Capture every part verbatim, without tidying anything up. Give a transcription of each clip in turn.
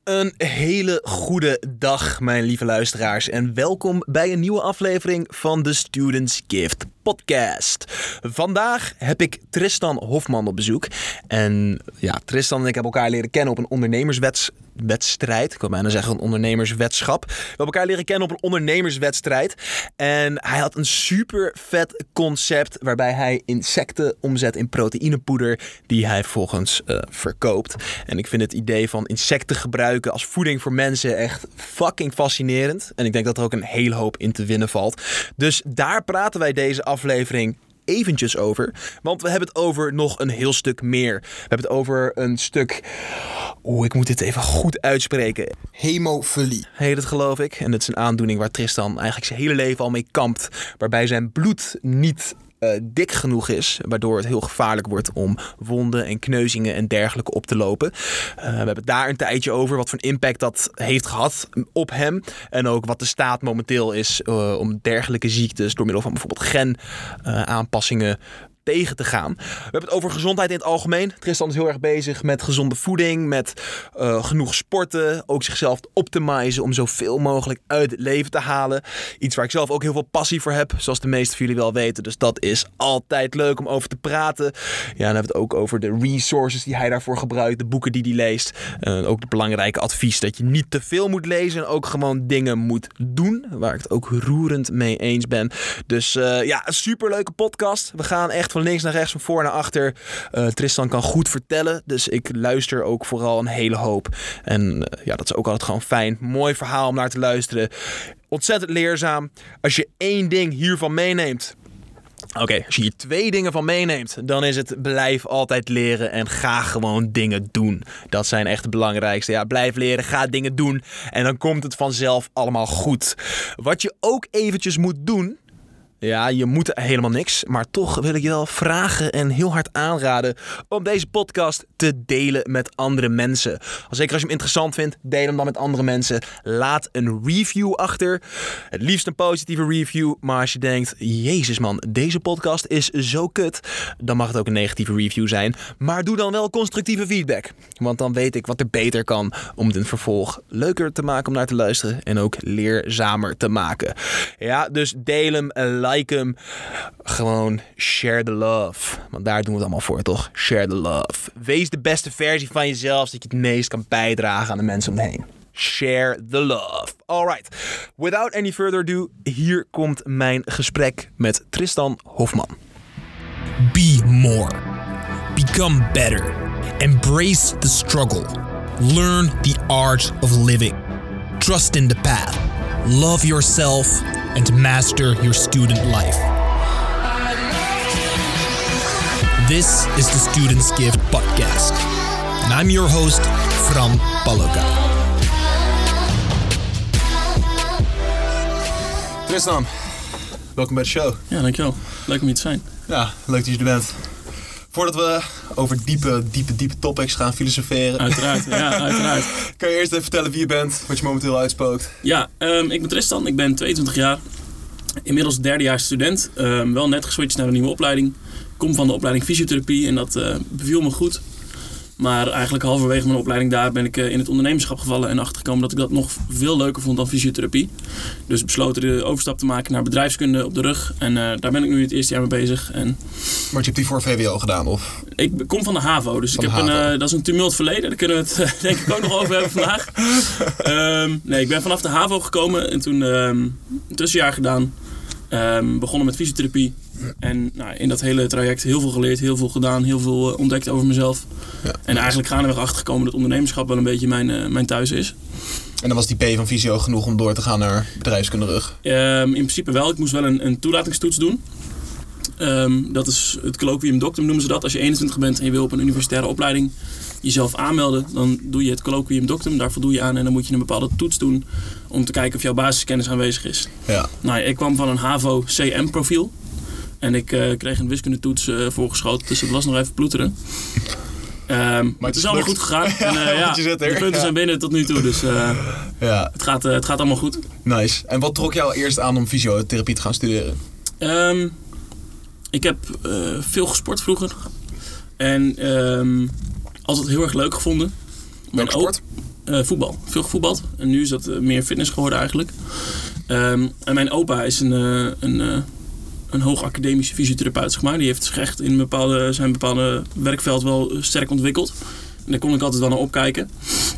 Een hele goede dag, mijn lieve luisteraars. En welkom bij een nieuwe aflevering van de Students Gift podcast. Vandaag heb ik Tristan Hofman op bezoek. En ja, Tristan en ik hebben elkaar leren kennen op een ondernemerswedstrijd. Ik wil bijna zeggen een ondernemerswedschap. We hebben elkaar leren kennen op een ondernemerswedstrijd. En hij had een super vet concept waarbij hij insecten omzet in proteïnepoeder die hij vervolgens uh, verkoopt. En ik vind het idee van insecten gebruiken als voeding voor mensen echt fucking fascinerend. En ik denk dat er ook een hele hoop in te winnen valt. Dus daar praten wij deze aflevering eventjes over. Want we hebben het over nog een heel stuk meer. We hebben het over een stuk... Oeh, ik moet dit even goed uitspreken. Hemofilie heet het, geloof ik. En dat is een aandoening waar Tristan eigenlijk zijn hele leven al mee kampt. Waarbij zijn bloed niet Uh, dik genoeg is, waardoor het heel gevaarlijk wordt om wonden en kneuzingen en dergelijke op te lopen. Uh, we hebben het daar een tijdje over, wat voor impact dat heeft gehad op hem. En ook wat de staat momenteel is uh, om dergelijke ziektes door middel van bijvoorbeeld gen uh, aanpassingen tegen te gaan. We hebben het over gezondheid in het algemeen. Tristan is heel erg bezig met gezonde voeding, met uh, genoeg sporten, ook zichzelf te optimizen om zoveel mogelijk uit het leven te halen. Iets waar ik zelf ook heel veel passie voor heb, zoals de meesten van jullie wel weten. Dus dat is altijd leuk om over te praten. Ja, dan hebben we het ook over de resources die hij daarvoor gebruikt, de boeken die hij leest. Uh, ook het belangrijke advies dat je niet te veel moet lezen en ook gewoon dingen moet doen, waar ik het ook roerend mee eens ben. Dus uh, ja, een superleuke podcast. We gaan echt van links naar rechts, van voor naar achter. Uh, Tristan kan goed vertellen, dus ik luister ook vooral een hele hoop. En uh, ja, dat is ook altijd gewoon fijn. Mooi verhaal om naar te luisteren. Ontzettend leerzaam. Als je één ding hiervan meeneemt... Oké, okay, als je hier twee dingen van meeneemt, dan is het blijf altijd leren en ga gewoon dingen doen. Dat zijn echt het belangrijkste. Ja, blijf leren, ga dingen doen en dan komt het vanzelf allemaal goed. Wat je ook eventjes moet doen... Ja, je moet helemaal niks, maar toch wil ik je wel vragen en heel hard aanraden om deze podcast te delen met andere mensen. Zeker als je hem interessant vindt, deel hem dan met andere mensen. Laat een review achter. Het liefst een positieve review, maar als je denkt, jezus man, deze podcast is zo kut, dan mag het ook een negatieve review zijn. Maar doe dan wel constructieve feedback, want dan weet ik wat er beter kan om het in het vervolg leuker te maken om naar te luisteren en ook leerzamer te maken. Ja, dus deel hem en like hem. Gewoon share the love. Want daar doen we het allemaal voor, toch? Share the love. Wees de beste versie van jezelf, zodat je het meest kan bijdragen aan de mensen om je heen. Share the love. Alright. Without any further ado, hier komt mijn gesprek met Tristan Hofman. Be more. Become better. Embrace the struggle. Learn the art of living. Trust in the path. Love yourself and master your student life. This is the Students Gift podcast. And I'm your host, Fran Paloka. Tristan, welkom bij de show. Ja, dankjewel. Leuk om hier te zijn. Ja, leuk dat je er bent. Voordat we over diepe, diepe, diepe topics gaan filosoferen. Uiteraard, ja, uiteraard. Kan je eerst even vertellen wie je bent, wat je momenteel uitspookt? Ja, um, ik ben Tristan, ik ben tweeëntwintig jaar. Inmiddels derdejaars student. Um, wel net geswitcht naar een nieuwe opleiding. Ik kom van de opleiding fysiotherapie en dat uh, beviel me goed. Maar eigenlijk halverwege mijn opleiding daar ben ik uh, in het ondernemerschap gevallen en achtergekomen dat ik dat nog veel leuker vond dan fysiotherapie. Dus besloten de overstap te maken naar bedrijfskunde op de rug. En uh, daar ben ik nu het eerste jaar mee bezig. En maar je hebt die voor V W O gedaan, of? Ik kom van de HAVO, dus ik heb een, uh, dat is een tumult verleden. Daar kunnen we het uh, denk ik ook nog over hebben vandaag. Um, nee, ik ben vanaf de HAVO gekomen en toen um, een tussenjaar gedaan. Um, begonnen met fysiotherapie. En nou, in dat hele traject heel veel geleerd, heel veel gedaan, heel veel uh, ontdekt over mezelf. Ja, en ja. eigenlijk gaandeweg achtergekomen dat ondernemerschap wel een beetje mijn, uh, mijn thuis is. En dan was die P van fysio genoeg om door te gaan naar bedrijfskunde rug? Um, in principe wel. Ik moest wel een, een toelatingstoets doen. Um, dat is het colloquium doctum noemen ze dat. Als je eenentwintig bent en je wil op een universitaire opleiding jezelf aanmelden, dan doe je het colloquium doctum. Daar voldoe je aan en dan moet je een bepaalde toets doen om te kijken of jouw basiskennis aanwezig is. Ja. Nou, ik kwam van een HAVO C M profiel. En ik uh, kreeg een wiskundetoets uh, voorgeschoten, dus het was nog even ploeteren. Um, maar het, het is allemaal goed gegaan. En, uh, ja, de punten ja. zijn binnen tot nu toe, dus uh, ja. het, gaat, uh, het gaat allemaal goed. Nice. En wat trok jou eerst aan om fysiotherapie te gaan studeren? Um, ik heb uh, veel gesport vroeger. En um, altijd heel erg leuk gevonden. Welke sport? Uh, voetbal. Veel gevoetbald. En nu is dat uh, meer fitness geworden eigenlijk. Um, en mijn opa is een, uh, een, uh, een hoog academische fysiotherapeut, zeg maar. Die heeft zich echt in bepaalde, zijn bepaalde werkveld wel sterk ontwikkeld. En daar kon ik altijd wel naar opkijken.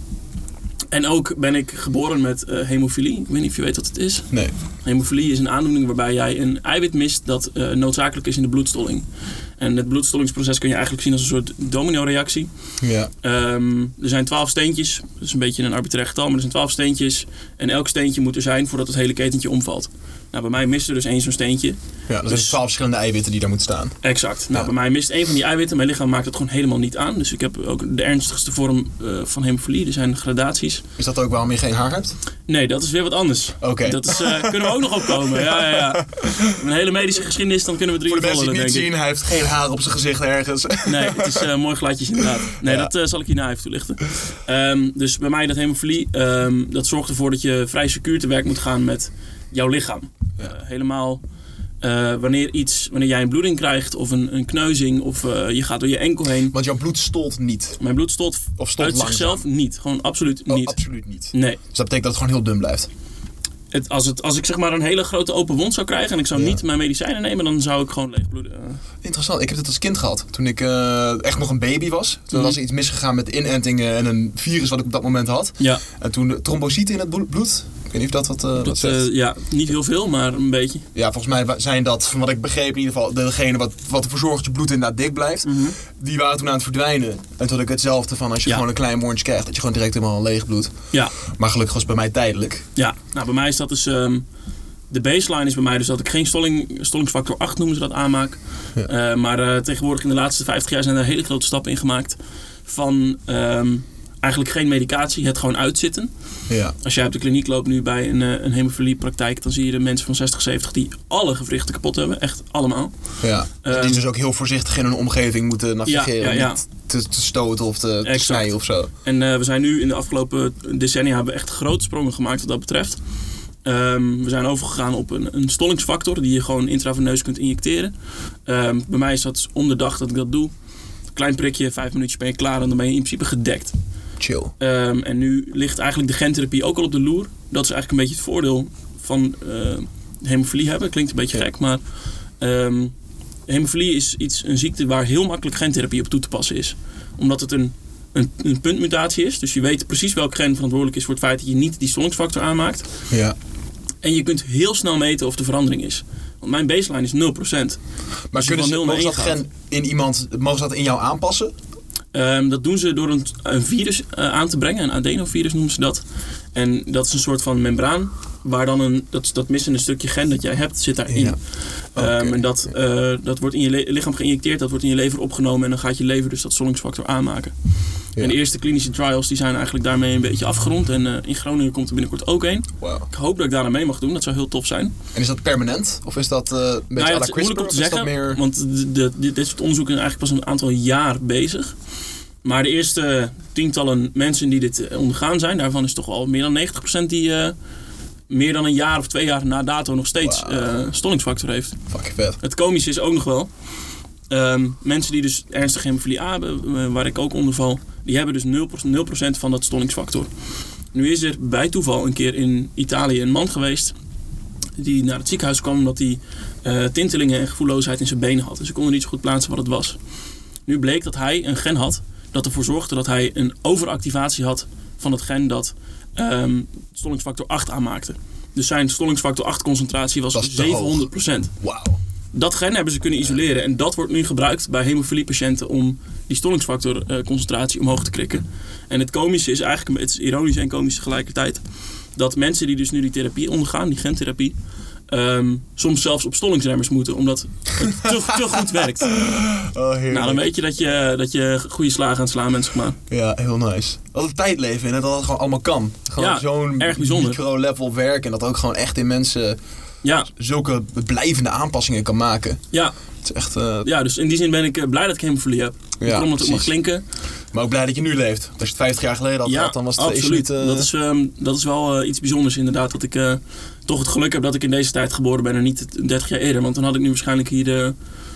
En ook ben ik geboren met uh, hemofilie. Ik weet niet of je weet wat het is. Nee. Hemofilie is een aandoening waarbij jij een eiwit mist dat uh, noodzakelijk is in de bloedstolling. En het bloedstollingsproces kun je eigenlijk zien als een soort domino-reactie. Ja. Um, er zijn twaalf steentjes. Dat is een beetje een arbitrair getal, maar er zijn twaalf steentjes. En elk steentje moet er zijn voordat het hele ketentje omvalt. Nou, bij mij mist er dus één zo'n steentje. Ja, er zijn dus twaalf verschillende eiwitten die daar moeten staan. Exact. Nou, ja. bij mij mist één van die eiwitten. Mijn lichaam maakt het gewoon helemaal niet aan. Dus ik heb ook de ernstigste vorm uh, van hemofilie. Er zijn gradaties. Is dat ook waarom je geen haar hebt? Nee, dat is weer wat anders. Oké. Okay. Dat is, uh, kunnen we ook nog opkomen. Ja, ja, ja. Een hele medische geschiedenis, dan kunnen we drie Voor de mensen die volgen, het niet denk zien, hij heeft geen haar op zijn gezicht ergens. Nee, het is uh, mooi gladjes inderdaad. Nee, ja. dat uh, zal ik hierna even toelichten. Um, dus bij mij dat hemofilie, um, dat zorgt ervoor dat je vrij secuur te werk moet gaan met jouw lichaam. Uh, helemaal uh, wanneer, iets, wanneer jij een bloeding krijgt of een, een kneuzing of uh, je gaat door je enkel heen. Want jouw bloed stolt niet? Mijn bloed stolt, of stolt uit langzaam. Zichzelf niet. Gewoon absoluut oh, niet. absoluut niet? Nee. Dus dat betekent dat het gewoon heel dun blijft? Het, als, het, als ik zeg maar een hele grote open wond zou krijgen en ik zou ja. niet mijn medicijnen nemen, dan zou ik gewoon leeg bloeden. Interessant. Ik heb dit als kind gehad. Toen ik uh, echt nog een baby was. Toen mm. was er iets misgegaan met inentingen en een virus wat ik op dat moment had. Ja. En toen trombocyten in het bloed. Ik weet niet of dat wat, uh, dat wat zegt. Uh, ja, niet heel veel, maar een beetje. Ja, volgens mij zijn dat, van wat ik begreep in ieder geval, degene wat, wat ervoor zorgt dat je bloed inderdaad dik blijft. Mm-hmm. Die waren toen aan het verdwijnen. En toen had ik hetzelfde van als je ja. gewoon een klein mondje krijgt, dat je gewoon direct helemaal leeg bloed. Ja. Maar gelukkig was het bij mij tijdelijk. Ja, nou bij mij is dat dus... Um, de baseline is bij mij dus dat ik geen stolling, stollingsfactor acht noemen ze dat aanmaak. Ja. Uh, maar uh, tegenwoordig in de laatste vijftig jaar zijn er hele grote stappen in gemaakt. Van um, eigenlijk geen medicatie, het gewoon uitzitten. Ja. Als jij op de kliniek loopt nu bij een, uh, een hemofiliepraktijk, dan zie je de mensen van zestig, zeventig die alle gewrichten kapot hebben. Echt allemaal. Ja. Um, die dus ook heel voorzichtig in hun omgeving moeten navigeren. Ja, ja, ja. Niet te, te stoten of te, te snijden of zo. En uh, we zijn nu in de afgelopen decennia hebben we echt grote sprongen gemaakt wat dat betreft. Um, we zijn overgegaan op een, een stollingsfactor die je gewoon intraveneus kunt injecteren. Um, bij mij is dat om de dag dat ik dat doe. Klein prikje, vijf minuutjes ben je klaar en dan ben je in principe gedekt. Chill. Um, en nu ligt eigenlijk de gentherapie ook al op de loer. Dat is eigenlijk een beetje het voordeel van uh, hemofilie hebben. Klinkt een beetje gek, maar um, hemofilie is iets, een ziekte waar heel makkelijk gentherapie op toe te passen is. Omdat het een Een, een puntmutatie is. Dus je weet precies welk gen verantwoordelijk is voor het feit dat je niet die stollingsfactor aanmaakt. Ja. En je kunt heel snel meten of de verandering is. Want mijn baseline is nul procent. Maar kunnen ze, mogen dat gen in iemand, mogen ze dat in jou aanpassen? Um, dat doen ze door een, een virus uh, aan te brengen. Een adenovirus noemen ze dat. En dat is een soort van membraan. Waar dan een, dat, dat missende stukje gen dat jij hebt, zit daarin. Ja. Okay. Um, en dat, uh, dat wordt in je le- lichaam geïnjecteerd, dat wordt in je lever opgenomen en dan gaat je lever dus dat stollingsfactor aanmaken. Ja. En de eerste klinische trials die zijn eigenlijk daarmee een beetje afgerond. En uh, in Groningen komt er binnenkort ook een. Wow. Ik hoop dat ik daar aan mee mag doen, dat zou heel tof zijn. En is dat permanent? Of is dat uh, een beetje nou ja, à la het is moeilijk om te zeggen, meer... want de, de, de, dit soort onderzoeken zijn eigenlijk pas een aantal jaar bezig. Maar de eerste tientallen mensen die dit ondergaan zijn, daarvan is toch al meer dan negentig procent die... Uh, meer dan een jaar of twee jaar na dato nog steeds wow. uh, stollingsfactor heeft. Fucking vet. Het komische is ook nog wel... Um, mensen die dus ernstige hemofilie A hebben, uh, waar ik ook onder val... die hebben dus nul procent van dat stollingsfactor. Nu is er bij toeval een keer in Italië een man geweest... die naar het ziekenhuis kwam omdat hij uh, tintelingen en gevoelloosheid in zijn benen had. Dus ik kon er niet zo goed plaatsen wat het was. Nu bleek dat hij een gen had dat ervoor zorgde dat hij een overactivatie had... van het gen dat... Um, stollingsfactor acht aanmaakte. Dus zijn stollingsfactor acht concentratie was, was zevenhonderd procent. Wauw. Dat gen hebben ze kunnen isoleren. En dat wordt nu gebruikt bij hemofilie-patiënten om die stollingsfactor uh, concentratie omhoog te krikken. En het komische is eigenlijk, het is ironisch en komisch tegelijkertijd, dat mensen die dus nu die therapie ondergaan, die gentherapie, Um, soms zelfs op stollingsremmers moeten, omdat het te, te goed werkt. Oh, nou, dan weet je dat je, dat je goede slagen aan het slaan bent, zeg maar. Ja, heel nice. Dat het tijd leven in, dat dat gewoon allemaal kan. Gewoon ja, zo'n erg bijzonder. micro-level werk en dat ook gewoon echt in mensen ja. zulke blijvende aanpassingen kan maken. Ja. Het is echt... Uh... Ja, dus in die zin ben ik blij dat ik hemofilie heb. Ja, waarom dat ook mag klinken. Maar ook blij dat je nu leeft. Als je het vijftig jaar geleden had ja, gehad, dan was het absoluut. Uh... Dat is, um, dat is wel uh, iets bijzonders inderdaad. Dat ik uh, toch het geluk heb dat ik in deze tijd geboren ben en niet dertig jaar eerder. Want dan had ik nu waarschijnlijk hier de,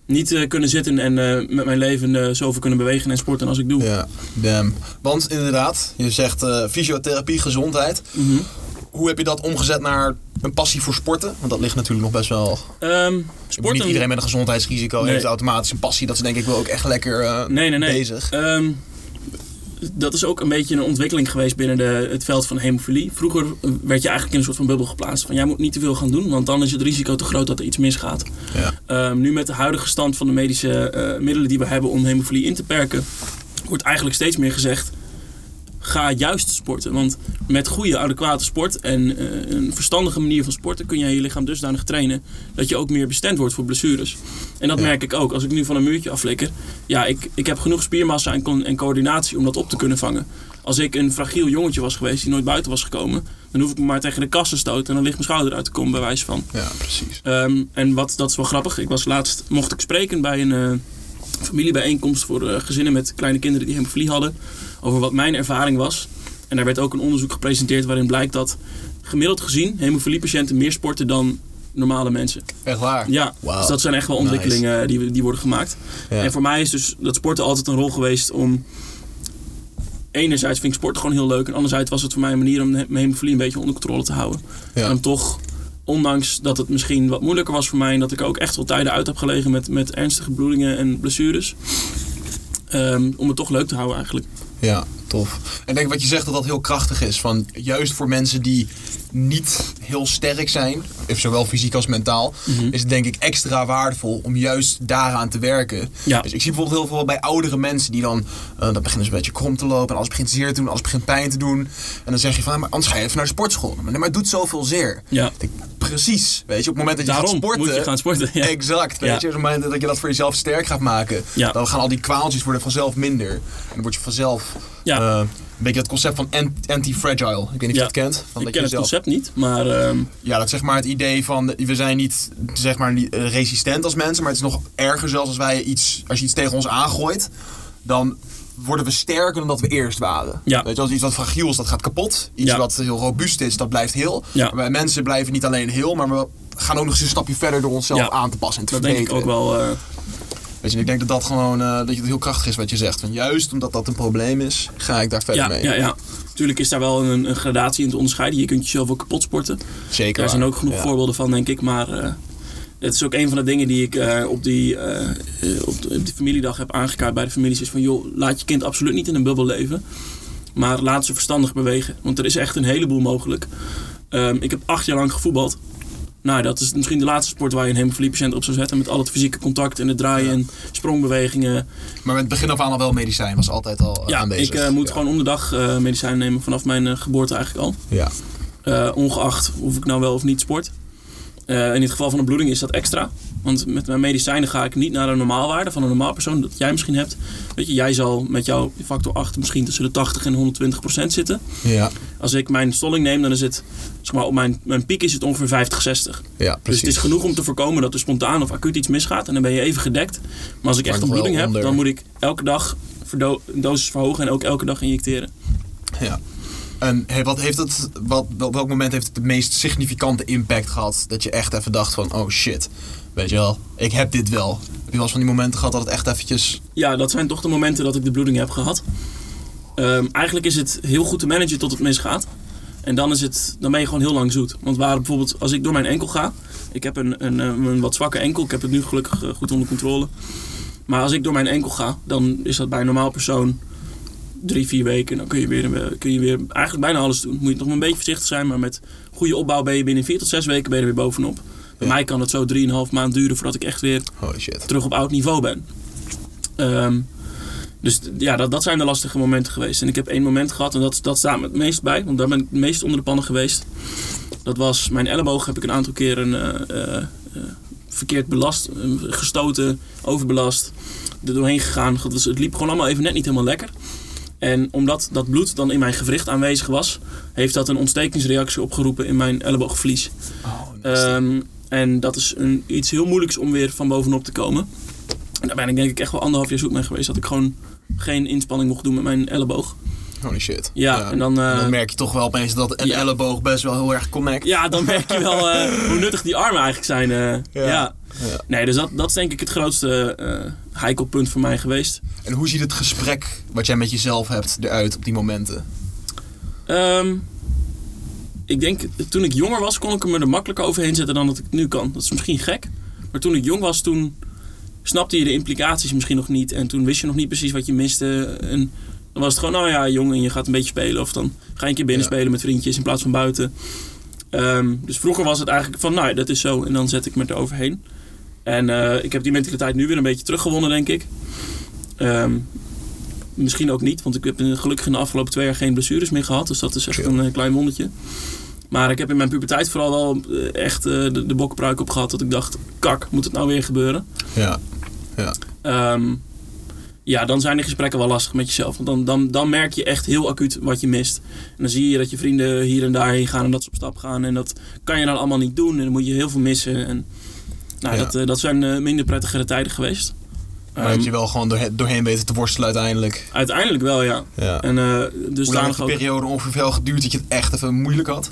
niet uh, kunnen zitten en uh, met mijn leven uh, zoveel kunnen bewegen en sporten als ik doe. Ja, damn. Want inderdaad, je zegt uh, fysiotherapie, gezondheid. Mm-hmm. Hoe heb je dat omgezet naar een passie voor sporten? Want dat ligt natuurlijk nog best wel... Um, sporten... Niet iedereen met een gezondheidsrisico nee. heeft automatisch een passie. Dat is denk ik wel ook echt lekker uh, nee, nee, nee. bezig. Um, dat is ook een beetje een ontwikkeling geweest binnen de, het veld van hemofilie. Vroeger werd je eigenlijk in een soort van bubbel geplaatst. Van jij moet niet te veel gaan doen, want dan is het risico te groot dat er iets misgaat. Ja. Um, nu met de huidige stand van de medische uh, middelen die we hebben om hemofilie in te perken, wordt eigenlijk steeds meer gezegd, ga juist sporten. Want met goede, adequate sport en uh, een verstandige manier van sporten kun je je lichaam dusdanig trainen dat je ook meer bestand wordt voor blessures. En dat ja. merk ik ook. Als ik nu van een muurtje afflikker, ja, ik, ik heb genoeg spiermassa en, con- en coördinatie om dat op te kunnen vangen. Als ik een fragiel jongetje was geweest die nooit buiten was gekomen, dan hoef ik me maar tegen de kast te stoten en dan ligt mijn schouder uit te komen, bij wijze van. Ja, precies. Um, en wat, dat is wel grappig. Ik was laatst, mocht ik spreken bij een uh, familiebijeenkomst voor uh, gezinnen met kleine kinderen die hemofilie hadden, over wat mijn ervaring was. En daar werd ook een onderzoek gepresenteerd waarin blijkt dat gemiddeld gezien hemofiliepatiënten meer sporten dan normale mensen. Echt waar? Ja, wow. Dus dat zijn echt wel ontwikkelingen nice. die, die worden gemaakt. Ja. En voor mij is dus dat sporten altijd een rol geweest om... Enerzijds vind ik sporten gewoon heel leuk en anderzijds was het voor mij een manier om mijn hemofilie een beetje onder controle te houden. Ja. En om toch, ondanks dat het misschien wat moeilijker was voor mij en dat ik ook echt wel tijden uit heb gelegen met, met ernstige bloedingen en blessures, um, om het toch leuk te houden eigenlijk. Ja, tof. En ik denk wat je zegt dat dat heel krachtig is. Van juist voor mensen die niet heel sterk zijn, zowel fysiek als mentaal, mm-hmm. is het denk ik extra waardevol om juist daaraan te werken. Ja. Dus ik zie bijvoorbeeld heel veel bij oudere mensen die dan, uh, dan beginnen ze een beetje krom te lopen en alles begint zeer te doen, alles begint pijn te doen. En dan zeg je van, maar anders ga je even naar de sportschool. Maar, nee, maar het doet zoveel zeer. Ja. Denk, precies, weet je, op het moment dat je Daarom gaat sporten, moet je gaan sporten. Ja. Exact, weet ja. je, op het moment dat je dat voor jezelf sterk gaat maken, ja. dan gaan al die kwaaltjes worden vanzelf minder. En dan word je vanzelf ja. uh, een beetje het concept van anti-fragile. Ik weet niet of je ja. het kent. Van ik dat ken je het zelf... concept niet, maar... Um... Ja, dat is zeg maar het idee van, we zijn niet, zeg maar, niet resistent als mensen, maar het is nog erger zelfs als wij iets, als je iets tegen ons aangooit, dan worden we sterker dan dat we eerst waren. Ja. Weet je, als iets wat fragiel is, dat gaat kapot. Iets ja. wat heel robuust is, dat blijft heel. Ja. Maar wij mensen blijven niet alleen heel, maar we gaan ook nog eens een stapje verder door onszelf ja. aan te passen en te dat verbeteren. Dat denk ik ook wel... Uh... Weet je, ik denk dat dat gewoon uh, dat het heel krachtig is wat je zegt. Want juist omdat dat een probleem is, ga ik daar verder ja, mee. Ja, ja. Tuurlijk is daar wel een, een gradatie in te onderscheiden. Je kunt jezelf ook kapot sporten. Zeker. Daar zijn ook genoeg ja. voorbeelden van, denk ik. Maar uh, het is ook een van de dingen die ik uh, op, die, uh, uh, op, de, op die familiedag heb aangekaart bij de families. Is van, joh, laat je kind absoluut niet in een bubbel leven. Maar laat ze verstandig bewegen. Want er is echt een heleboel mogelijk. Um, ik heb acht jaar lang gevoetbald. Nou, dat is misschien de laatste sport waar je een hemofiliepatiënt op zou zetten. Met al het fysieke contact en het draaien en ja. sprongbewegingen. Maar met het begin af aan al wel medicijn, was altijd al uh, ja, aanwezig. Ik uh, moet ja. gewoon om de dag uh, medicijnen nemen vanaf mijn uh, geboorte eigenlijk al. Ja. Uh, ongeacht of ik nou wel of niet sport. Uh, in het geval van een bloeding is dat extra. Want met mijn medicijnen ga ik niet naar een normaalwaarde van een normaal persoon dat jij misschien hebt. Weet je, jij zal met jouw factor acht misschien tussen de tachtig en honderdtwintig procent zitten. Ja. Als ik mijn stolling neem, dan is het, zeg maar, op mijn, mijn piek is het ongeveer vijftig, zestig. Ja, dus het is genoeg om te voorkomen dat er spontaan of acuut iets misgaat en dan ben je even gedekt. Maar als ik echt een bloeding heb, dan moet ik elke dag verdo- dosis verhogen en ook elke dag injecteren. Ja. En hey, wat heeft het, wat, op welk moment heeft het de meest significante impact gehad? Dat je echt even dacht van, oh shit, weet je wel, ik heb dit wel. Heb je wel eens van die momenten gehad dat het echt eventjes... Ja, dat zijn toch de momenten dat ik de bloeding heb gehad. Um, eigenlijk is het heel goed te managen tot het misgaat. En dan, is het, dan ben je gewoon heel lang zoet. Want waar bijvoorbeeld, als ik door mijn enkel ga, ik heb een, een, een wat zwakke enkel, ik heb het nu gelukkig goed onder controle. Maar als ik door mijn enkel ga, dan is dat bij een normaal persoon drie, vier weken. Dan kun je, weer, kun je weer eigenlijk bijna alles doen. Moet je nog een beetje voorzichtig zijn, maar met goede opbouw ben je binnen vier tot zes weken ben je er weer bovenop. Bij ja. mij kan het zo drieënhalf maand duren voordat ik echt weer Holy shit. terug op oud niveau ben. Um, dus ja, dat, dat zijn de lastige momenten geweest. En ik heb één moment gehad en dat, dat staat me het meest bij, want daar ben ik het meest onder de pannen geweest. Dat was mijn elleboog, heb ik een aantal keren uh, uh, uh, verkeerd belast, uh, gestoten, overbelast, er doorheen gegaan. Dus het liep gewoon allemaal even net niet helemaal lekker. En omdat dat bloed dan in mijn gewricht aanwezig was, heeft dat een ontstekingsreactie opgeroepen in mijn elleboogvlies. Oh, um, en dat is een, iets heel moeilijks om weer van bovenop te komen. En daar ben ik denk ik echt wel anderhalf jaar zoek mee geweest. Dat ik gewoon geen inspanning mocht doen met mijn elleboog. Holy shit. Ja, ja. En dan, uh, dan merk je toch wel opeens dat een ja. elleboog best wel heel erg connect. Ja, dan merk je wel uh, hoe nuttig die armen eigenlijk zijn. Uh, ja. ja. Ja. Nee, dus dat, dat is denk ik het grootste uh, heikelpunt voor mij geweest. En hoe ziet het gesprek wat jij met jezelf hebt eruit op die momenten? Um, ik denk, toen ik jonger was, kon ik er me er makkelijker overheen zetten dan dat ik nu kan. Dat is misschien gek. Maar toen ik jong was, toen snapte je de implicaties misschien nog niet. En toen wist je nog niet precies wat je miste. En dan was het gewoon, nou ja, jong en je gaat een beetje spelen. Of dan ga je een keer binnen ja. spelen met vriendjes in plaats van buiten. Um, dus vroeger was het eigenlijk van, nou, dat is zo. En dan zet ik me er overheen. En uh, ik heb die mentaliteit nu weer een beetje teruggewonnen, denk ik. Um, misschien ook niet, want ik heb gelukkig in de afgelopen twee jaar geen blessures meer gehad. Dus dat is echt een uh, klein wondertje. Maar ik heb in mijn puberteit vooral wel uh, echt uh, de, de bokkenpruik op gehad. Dat ik dacht, kak, moet het nou weer gebeuren? Ja, ja. Um, ja, dan zijn de gesprekken wel lastig met jezelf. Want dan, dan, dan merk je echt heel acuut wat je mist. En dan zie je dat je vrienden hier en daar heen gaan en dat ze op stap gaan. En dat kan je dan allemaal niet doen. En dan moet je heel veel missen. En, nou, ja. dat, uh, dat zijn uh, minder prettigere tijden geweest. Maar um, heb je wel gewoon doorheen, doorheen weten te worstelen uiteindelijk? Uiteindelijk wel, ja. ja. En, uh, dus hoe lang heeft de periode ongeveer wel geduurd dat je het echt even moeilijk had?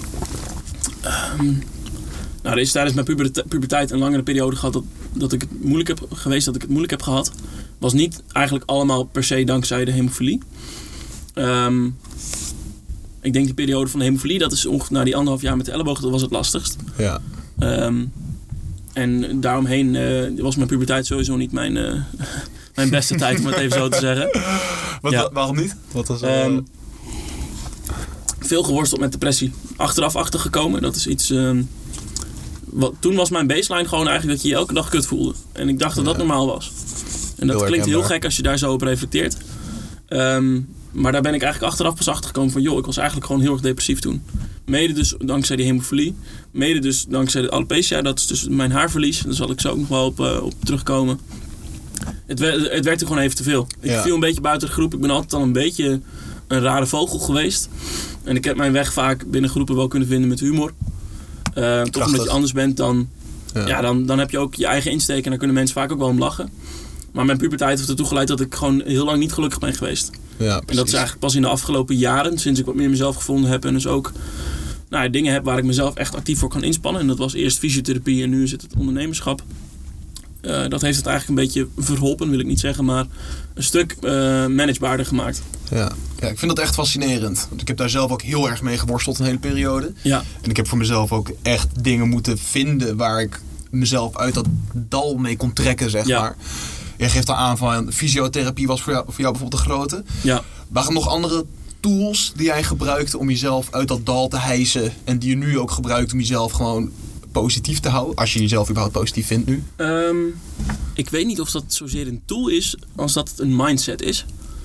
Um, nou, er is tijdens mijn puberteit, puberteit een langere periode gehad dat, dat ik het moeilijk heb geweest, dat ik het moeilijk heb gehad. Was niet eigenlijk allemaal per se dankzij de hemofilie. Um, ik denk die periode van de hemofilie, dat is ongeveer na die anderhalf jaar met de elleboog, dat was het lastigst. Ja. Um, en daaromheen uh, was mijn puberteit sowieso niet mijn, uh, mijn beste tijd, om het even zo te zeggen. Wat, ja. Waarom niet? Wat was, uh... um, veel geworsteld met depressie. Achteraf achtergekomen, dat is iets... Um, wat, toen was mijn baseline gewoon eigenlijk dat je je elke dag kut voelde. En ik dacht dat dat ja. normaal was. En dat heel klinkt heel gek als je daar zo op reflecteert. Um, maar daar ben ik eigenlijk achteraf pas achtergekomen van... joh, ik was eigenlijk gewoon heel erg depressief toen. Mede dus dankzij die hemofilie. Mede dus dankzij de alopecia. Dat is dus mijn haarverlies. Daar zal ik zo ook nog wel op, uh, op terugkomen. Het, werd, het werd er gewoon even te veel. Ik ja. viel een beetje buiten de groep. Ik ben altijd al een beetje een rare vogel geweest. En ik heb mijn weg vaak binnen groepen wel kunnen vinden met humor. Uh, toch omdat je anders bent, dan, ja. Ja, dan, dan heb je ook je eigen insteek. En daar kunnen mensen vaak ook wel om lachen. Maar mijn puberteit heeft ertoe geleid dat ik gewoon heel lang niet gelukkig ben geweest. Ja, en dat is eigenlijk pas in de afgelopen jaren, sinds ik wat meer mezelf gevonden heb. En dus ook nou, dingen heb waar ik mezelf echt actief voor kan inspannen. En dat was eerst fysiotherapie en nu is het het ondernemerschap. Uh, dat heeft het eigenlijk een beetje verholpen, wil ik niet zeggen. Maar een stuk uh, managebaarder gemaakt. Ja. ja, ik vind dat echt fascinerend. Want ik heb daar zelf ook heel erg mee geworsteld een hele periode. Ja. En ik heb voor mezelf ook echt dingen moeten vinden waar ik mezelf uit dat dal mee kon trekken, zeg ja. maar. Jij geeft al aan van fysiotherapie was voor jou, voor jou bijvoorbeeld de grote. Ja. Waren er nog andere tools die jij gebruikte om jezelf uit dat dal te hijsen en die je nu ook gebruikt om jezelf gewoon positief te houden? Als je jezelf überhaupt positief vindt nu. Um, ik weet niet of dat zozeer een tool is als dat het een mindset is.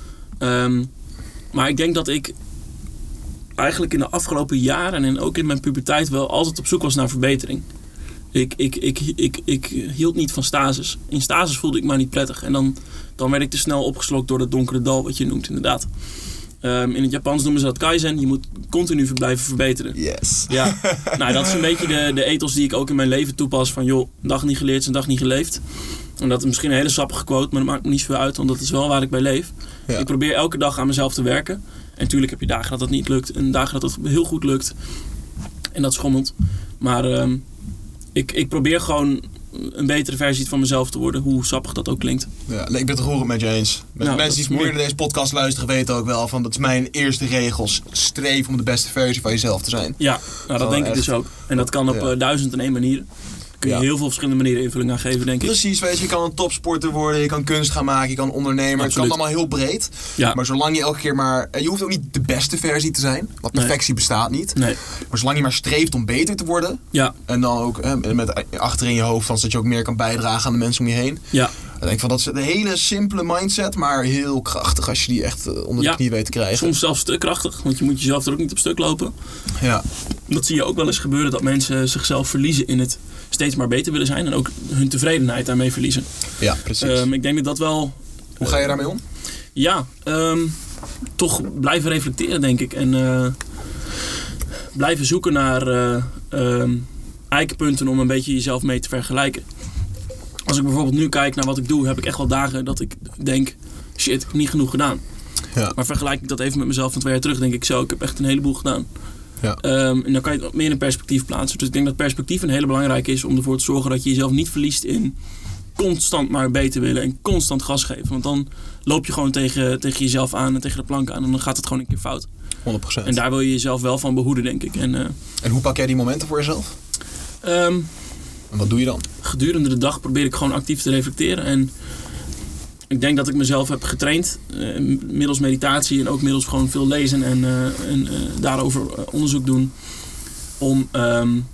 Um, maar ik denk dat ik eigenlijk in de afgelopen jaren en ook in mijn puberteit wel altijd op zoek was naar verbetering. Ik, ik, ik, ik, ik hield niet van stasis. In stasis voelde ik me niet prettig. En dan, dan werd ik te snel opgeslokt door dat donkere dal wat je noemt inderdaad. Um, in het Japans noemen ze dat kaizen. Je moet continu blijven verbeteren. Yes. Ja. Nou, dat is een beetje de, de ethos die ik ook in mijn leven toepas. Van joh, een dag niet geleerd is een dag niet geleefd. En dat is misschien een hele sappige quote, maar dat maakt me niet zoveel uit. Want dat is wel waar ik bij leef. Ja. Ik probeer elke dag aan mezelf te werken. En natuurlijk heb je dagen dat het niet lukt. En dagen dat het heel goed lukt. En dat schommelt. Maar um, ik, ik probeer gewoon een betere versie van mezelf te worden, hoe sappig dat ook klinkt. Ja, ik ben het roerend met je eens. Met nou, mensen die meer naar deze podcast luisteren weten ook wel van dat is mijn eerste regels. Streef om de beste versie van jezelf te zijn. Ja, nou, dat denk echt... ik dus ook. En dat kan op ja. uh, duizend en één manieren. Kun je ja. heel veel verschillende manieren invulling aan geven, denk ik. Precies, weet je, je kan een topsporter worden, je kan kunst gaan maken, je kan ondernemer. Absoluut. Het kan allemaal heel breed. Ja. Maar zolang je elke keer maar... Je hoeft ook niet de beste versie te zijn, want perfectie nee. bestaat niet. Nee. Maar zolang je maar streeft om beter te worden. Ja. En dan ook hè, met achter in je hoofd van, zodat je ook meer kan bijdragen aan de mensen om je heen. Ja. Dan denk ik van, dat is een hele simpele mindset, maar heel krachtig als je die echt onder ja. de knie weet te krijgen. Soms zelfs stuk krachtig, want je moet jezelf er ook niet op stuk lopen. Ja. Dat zie je ook wel eens gebeuren, dat mensen zichzelf verliezen in het steeds maar beter willen zijn en ook hun tevredenheid daarmee verliezen. Ja, precies. Um, ik denk dat dat wel... Hoe ga je daarmee om? Ja, um, toch blijven reflecteren, denk ik. En uh, blijven zoeken naar uh, um, eikenpunten om een beetje jezelf mee te vergelijken. Als ik bijvoorbeeld nu kijk naar wat ik doe, heb ik echt wel dagen dat ik denk, shit, ik heb niet genoeg gedaan. Ja. Maar vergelijk ik dat even met mezelf van twee jaar terug, denk ik zo, ik heb echt een heleboel gedaan. Ja. Um, en dan kan je het meer in perspectief plaatsen. Dus ik denk dat perspectief een hele belangrijke is om ervoor te zorgen dat je jezelf niet verliest in constant maar beter willen en constant gas geven. Want dan loop je gewoon tegen, tegen jezelf aan en tegen de plank aan en dan gaat het gewoon een keer fout. honderd procent. En daar wil je jezelf wel van behoeden, denk ik. En, uh, en hoe pak jij die momenten voor jezelf? Um, en wat doe je dan? Gedurende de dag probeer ik gewoon actief te reflecteren. En ik denk dat ik mezelf heb getraind, uh, middels meditatie en ook middels gewoon veel lezen en, uh, en uh, daarover onderzoek doen. Om um,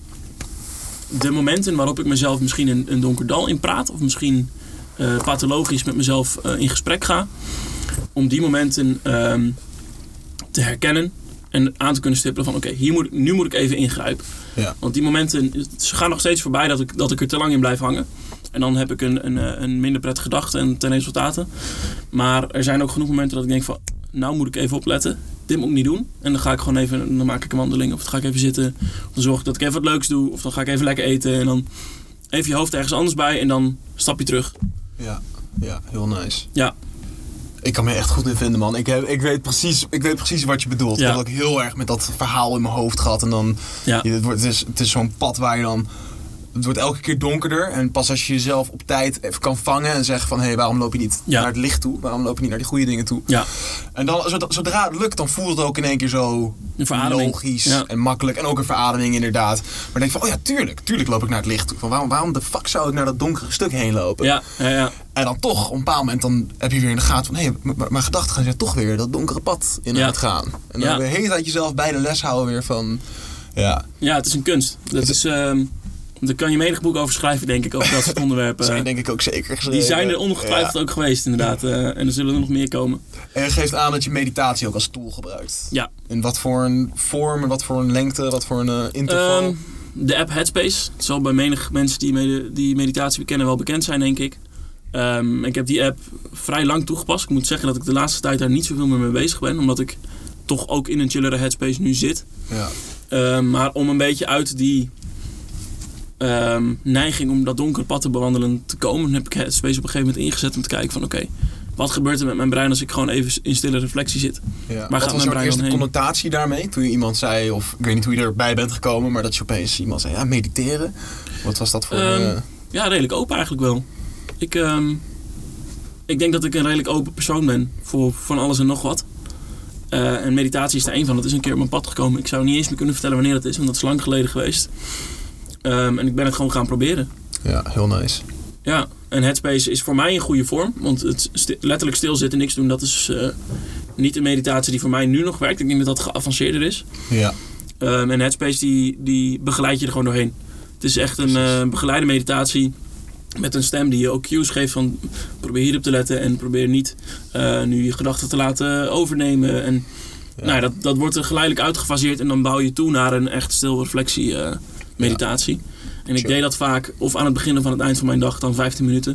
de momenten waarop ik mezelf misschien een, een donker dal in praat, of misschien uh, pathologisch met mezelf uh, in gesprek ga, om die momenten um, te herkennen en aan te kunnen stippelen van oké, hier moet ik, nu moet ik even ingrijpen. Ja. Want die momenten, ze gaan nog steeds voorbij dat ik, dat ik er te lang in blijf hangen. En dan heb ik een, een, een minder prettige gedachte en ten resultaten. Maar er zijn ook genoeg momenten dat ik denk van, nou moet ik even opletten. Dit moet ik niet doen. En dan ga ik gewoon even, dan maak ik een wandeling. Of dan ga ik even zitten. Of dan zorg ik dat ik even wat leuks doe. Of dan ga ik even lekker eten. En dan even je hoofd ergens anders bij. En dan stap je terug. Ja, ja, heel nice. Ja. Ik kan me echt goed in vinden, man. Ik, heb, ik, weet precies, ik weet precies wat je bedoelt. Ja. Ik heb ook heel erg met dat verhaal in mijn hoofd gehad. En dan, Ja. je, het, wordt, het is, het is zo'n pad waar je dan... Het wordt elke keer donkerder. En pas als je jezelf op tijd even kan vangen en zeggen van... hé, hey, waarom loop je niet Ja. naar het licht toe? Waarom loop je niet naar die goede dingen toe? Ja. En dan, zodra het lukt, dan voelt het ook in één keer zo Een verademing. logisch Ja. en makkelijk. En ook een verademing inderdaad. Maar dan denk je van, oh ja, tuurlijk. Tuurlijk loop ik naar het licht toe. Van, waarom, waarom de fuck zou ik naar dat donkere stuk heen lopen? Ja, ja, ja. En dan toch, op een bepaald moment, dan heb je weer in de gaten van... hé, hey, mijn gedachten gaan toch weer dat donkere pad in Ja. uitgaan. En dan Ja. de hele tijd jezelf bij de les houden weer van... Ja, Ja, het is een kunst. Dat is, um, daar kan je menig boek over schrijven, denk ik, over dat soort onderwerpen. zijn denk ik ook zeker geschreven. Die zijn er ongetwijfeld Ja. ook geweest, inderdaad. Uh, en er zullen er nog meer komen. En je geeft aan dat je meditatie ook als tool gebruikt. Ja. In wat voor een vorm, wat voor een lengte, wat voor een uh, interval? Um, de app Headspace. Het zal bij menig mensen die, med- die meditatie kennen wel bekend zijn, denk ik. Um, ik heb die app vrij lang toegepast. Ik moet zeggen dat ik de laatste tijd daar niet zoveel meer mee bezig ben. Omdat ik toch ook in een chillere headspace nu zit. Ja. Um, maar om een beetje uit die um, neiging om dat donkere pad te bewandelen te komen... heb ik Headspace op een gegeven moment ingezet om te kijken van... oké, okay, wat gebeurt er met mijn brein als ik gewoon even in stille reflectie zit? Ja. Waar Wat gaat was mijn jouw brein eerste dan heen? connotatie daarmee? Toen je iemand zei, of ik weet niet hoe je erbij bent gekomen... maar dat je opeens iemand zei, ja, mediteren. Wat was dat voor... Um, uh... Ja, redelijk open eigenlijk wel. Ik, um, ik denk dat ik een redelijk open persoon ben voor van alles en nog wat. Uh, en meditatie is er één van. Dat is een keer op mijn pad gekomen. Ik zou niet eens meer kunnen vertellen wanneer dat is, want dat is lang geleden geweest. Um, en ik ben het gewoon gaan proberen. Ja, heel nice. Ja, en Headspace is voor mij een goede vorm. Want het sti- letterlijk stilzitten en niks doen, dat is uh, niet een meditatie die voor mij nu nog werkt. Ik denk dat dat geavanceerder is. Ja. Um, en Headspace die, die begeleidt je er gewoon doorheen. Het is echt een uh, begeleide meditatie met een stem die je ook cues geeft van probeer hierop te letten en probeer niet uh, nu je gedachten te laten overnemen. En ja. nou, dat, dat wordt er geleidelijk uitgefaseerd en dan bouw je toe naar een echt stil reflectie uh, meditatie. Ja. En ik Chill. deed dat vaak of aan het begin of aan het eind van mijn dag, dan vijftien minuten.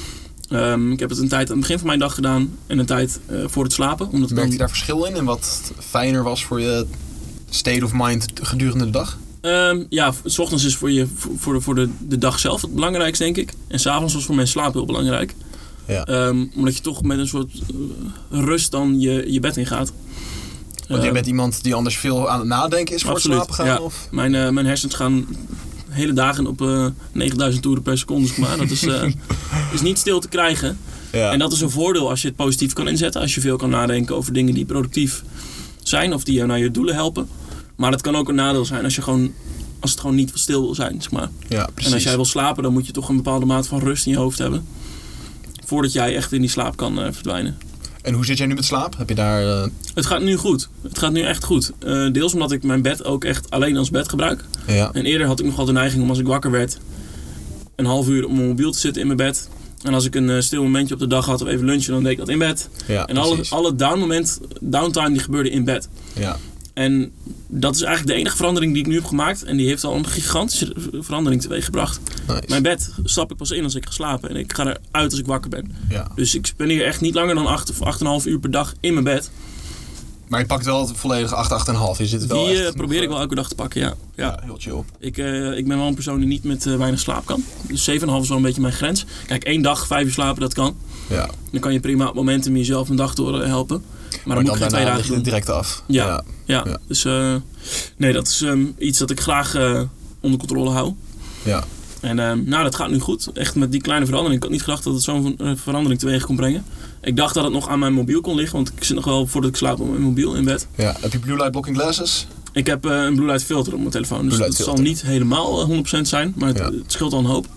Um, ik heb het een tijd aan het begin van mijn dag gedaan en een tijd uh, voor het slapen. Omdat Merkte dan... je daar verschil in en wat fijner was voor je state of mind gedurende de dag? Um, ja, 's ochtends is voor, je, voor, de, voor de, de dag zelf het belangrijkste, denk ik. En 's avonds was voor mijn slaap heel belangrijk. Ja. Um, omdat je toch met een soort uh, rust dan je, je bed in gaat. Want uh, je bent iemand die anders veel aan het nadenken is voor absoluut, het slapen gaan? Ja. Of? Mijn, uh, mijn hersens gaan hele dagen op uh, negenduizend toeren per seconde. Zeg maar. Dat is, uh, is niet stil te krijgen. Ja. En dat is een voordeel als je het positief kan inzetten. Als je veel kan nadenken over dingen die productief zijn of die jou naar je doelen helpen. Maar het kan ook een nadeel zijn als je gewoon, als het gewoon niet stil wil zijn, zeg maar. Ja, precies. En als jij wil slapen, dan moet je toch een bepaalde mate van rust in je hoofd hebben. Voordat jij echt in die slaap kan uh, verdwijnen. En hoe zit jij nu met slaap? Heb je daar... Uh... Het gaat nu goed. Het gaat nu echt goed. Uh, deels omdat ik mijn bed ook echt alleen als bed gebruik. Ja. En eerder had ik nog wel de neiging om als ik wakker werd, een half uur op mijn mobiel te zitten in mijn bed. En als ik een uh, stil momentje op de dag had of even lunchen, dan deed ik dat in bed. Ja, en alle, alle down moment, downtime die gebeurde in bed. Ja. En dat is eigenlijk de enige verandering die ik nu heb gemaakt. En die heeft al een gigantische verandering teweeggebracht. Nice. Mijn bed stap ik pas in als ik ga slapen. En ik ga eruit als ik wakker ben. Ja. Dus ik spendeer echt niet langer dan acht of acht en een half uur per dag in mijn bed. Maar je pakt wel het volledig acht, acht komma vijf. Is het wel Die echt uh, probeer ik wel elke dag te pakken, ja. Ja, ja heel chill. Ik, uh, ik ben wel een persoon die niet met uh, weinig slaap kan. Dus zeven komma vijf is wel een beetje mijn grens. Kijk, één dag, vijf uur slapen, dat kan. Ja. Dan kan je prima op momentum jezelf een dag door uh, helpen. Maar, maar dan moet ik geen twee dagen doen. direct af. Ja, ja. ja. ja. Dus uh, nee, dat is um, iets dat ik graag uh, onder controle hou. Ja. En uh, nou, dat gaat nu goed. Echt met die kleine verandering. Ik had niet gedacht dat het zo'n verandering teweeg kon brengen. Ik dacht dat het nog aan mijn mobiel kon liggen. Want ik zit nog wel voordat ik slaap op mijn mobiel in bed. Ja. Heb je blue light blocking glasses? Ik heb uh, een blue light filter op mijn telefoon. Dus het zal niet helemaal honderd procent zijn. Maar het, ja. het scheelt al een hoop.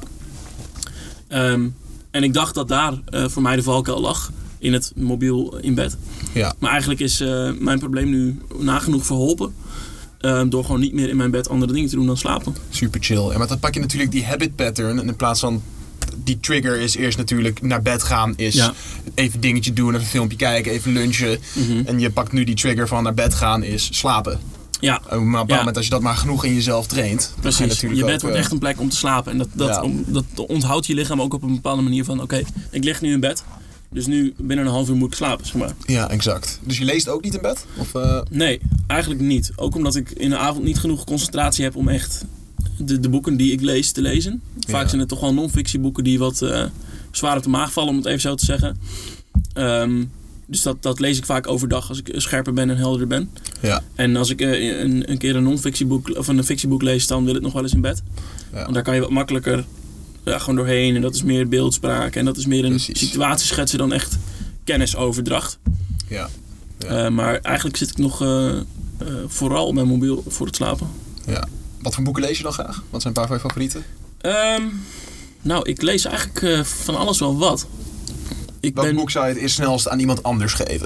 Um, en ik dacht dat daar uh, voor mij de valkuil lag. In het mobiel in bed. Ja. Maar eigenlijk is uh, mijn probleem nu nagenoeg verholpen. Uh, door gewoon niet meer in mijn bed andere dingen te doen dan slapen. Super chill. En maar dan pak je natuurlijk die habit pattern. En in plaats van die trigger is eerst natuurlijk naar bed gaan. Is ja. even dingetje doen, even een filmpje kijken, even lunchen. Mm-hmm. En je pakt nu die trigger van naar bed gaan is slapen. Ja. En op een bepaald ja. moment als je dat maar genoeg in jezelf traint. Precies. Je, natuurlijk je bed ook, wordt echt een plek om te slapen. En dat, dat, ja. om, dat onthoudt je lichaam ook op een bepaalde manier van... Oké, okay, ik lig nu in bed. Dus nu binnen een half uur moet ik slapen, zeg maar. Ja, exact. Dus je leest ook niet in bed? Of, uh... Nee, eigenlijk niet. Ook omdat ik in de avond niet genoeg concentratie heb om echt de, de boeken die ik lees te lezen. Vaak ja. zijn het toch wel non-fictieboeken die wat uh, zwaar op de maag vallen, om het even zo te zeggen. Um, dus dat, dat lees ik vaak overdag als ik scherper ben en helderder ben. Ja. En als ik uh, een, een keer een non-fictieboek of een fictieboek lees, dan wil het nog wel eens in bed. Ja. Want daar kan je wat makkelijker... Ja, gewoon doorheen en dat is meer beeldspraak en dat is meer een Precies. situatieschetsen dan echt kennisoverdracht. Ja. ja. Uh, maar eigenlijk zit ik nog uh, uh, vooral op mijn mobiel voor het slapen. Ja. Wat voor boeken lees je dan graag? Wat zijn een paar van je favorieten? Um, nou, ik lees eigenlijk uh, van alles wel wat. Ik Welk ben... boek zou je het eerst snelst aan iemand anders geven?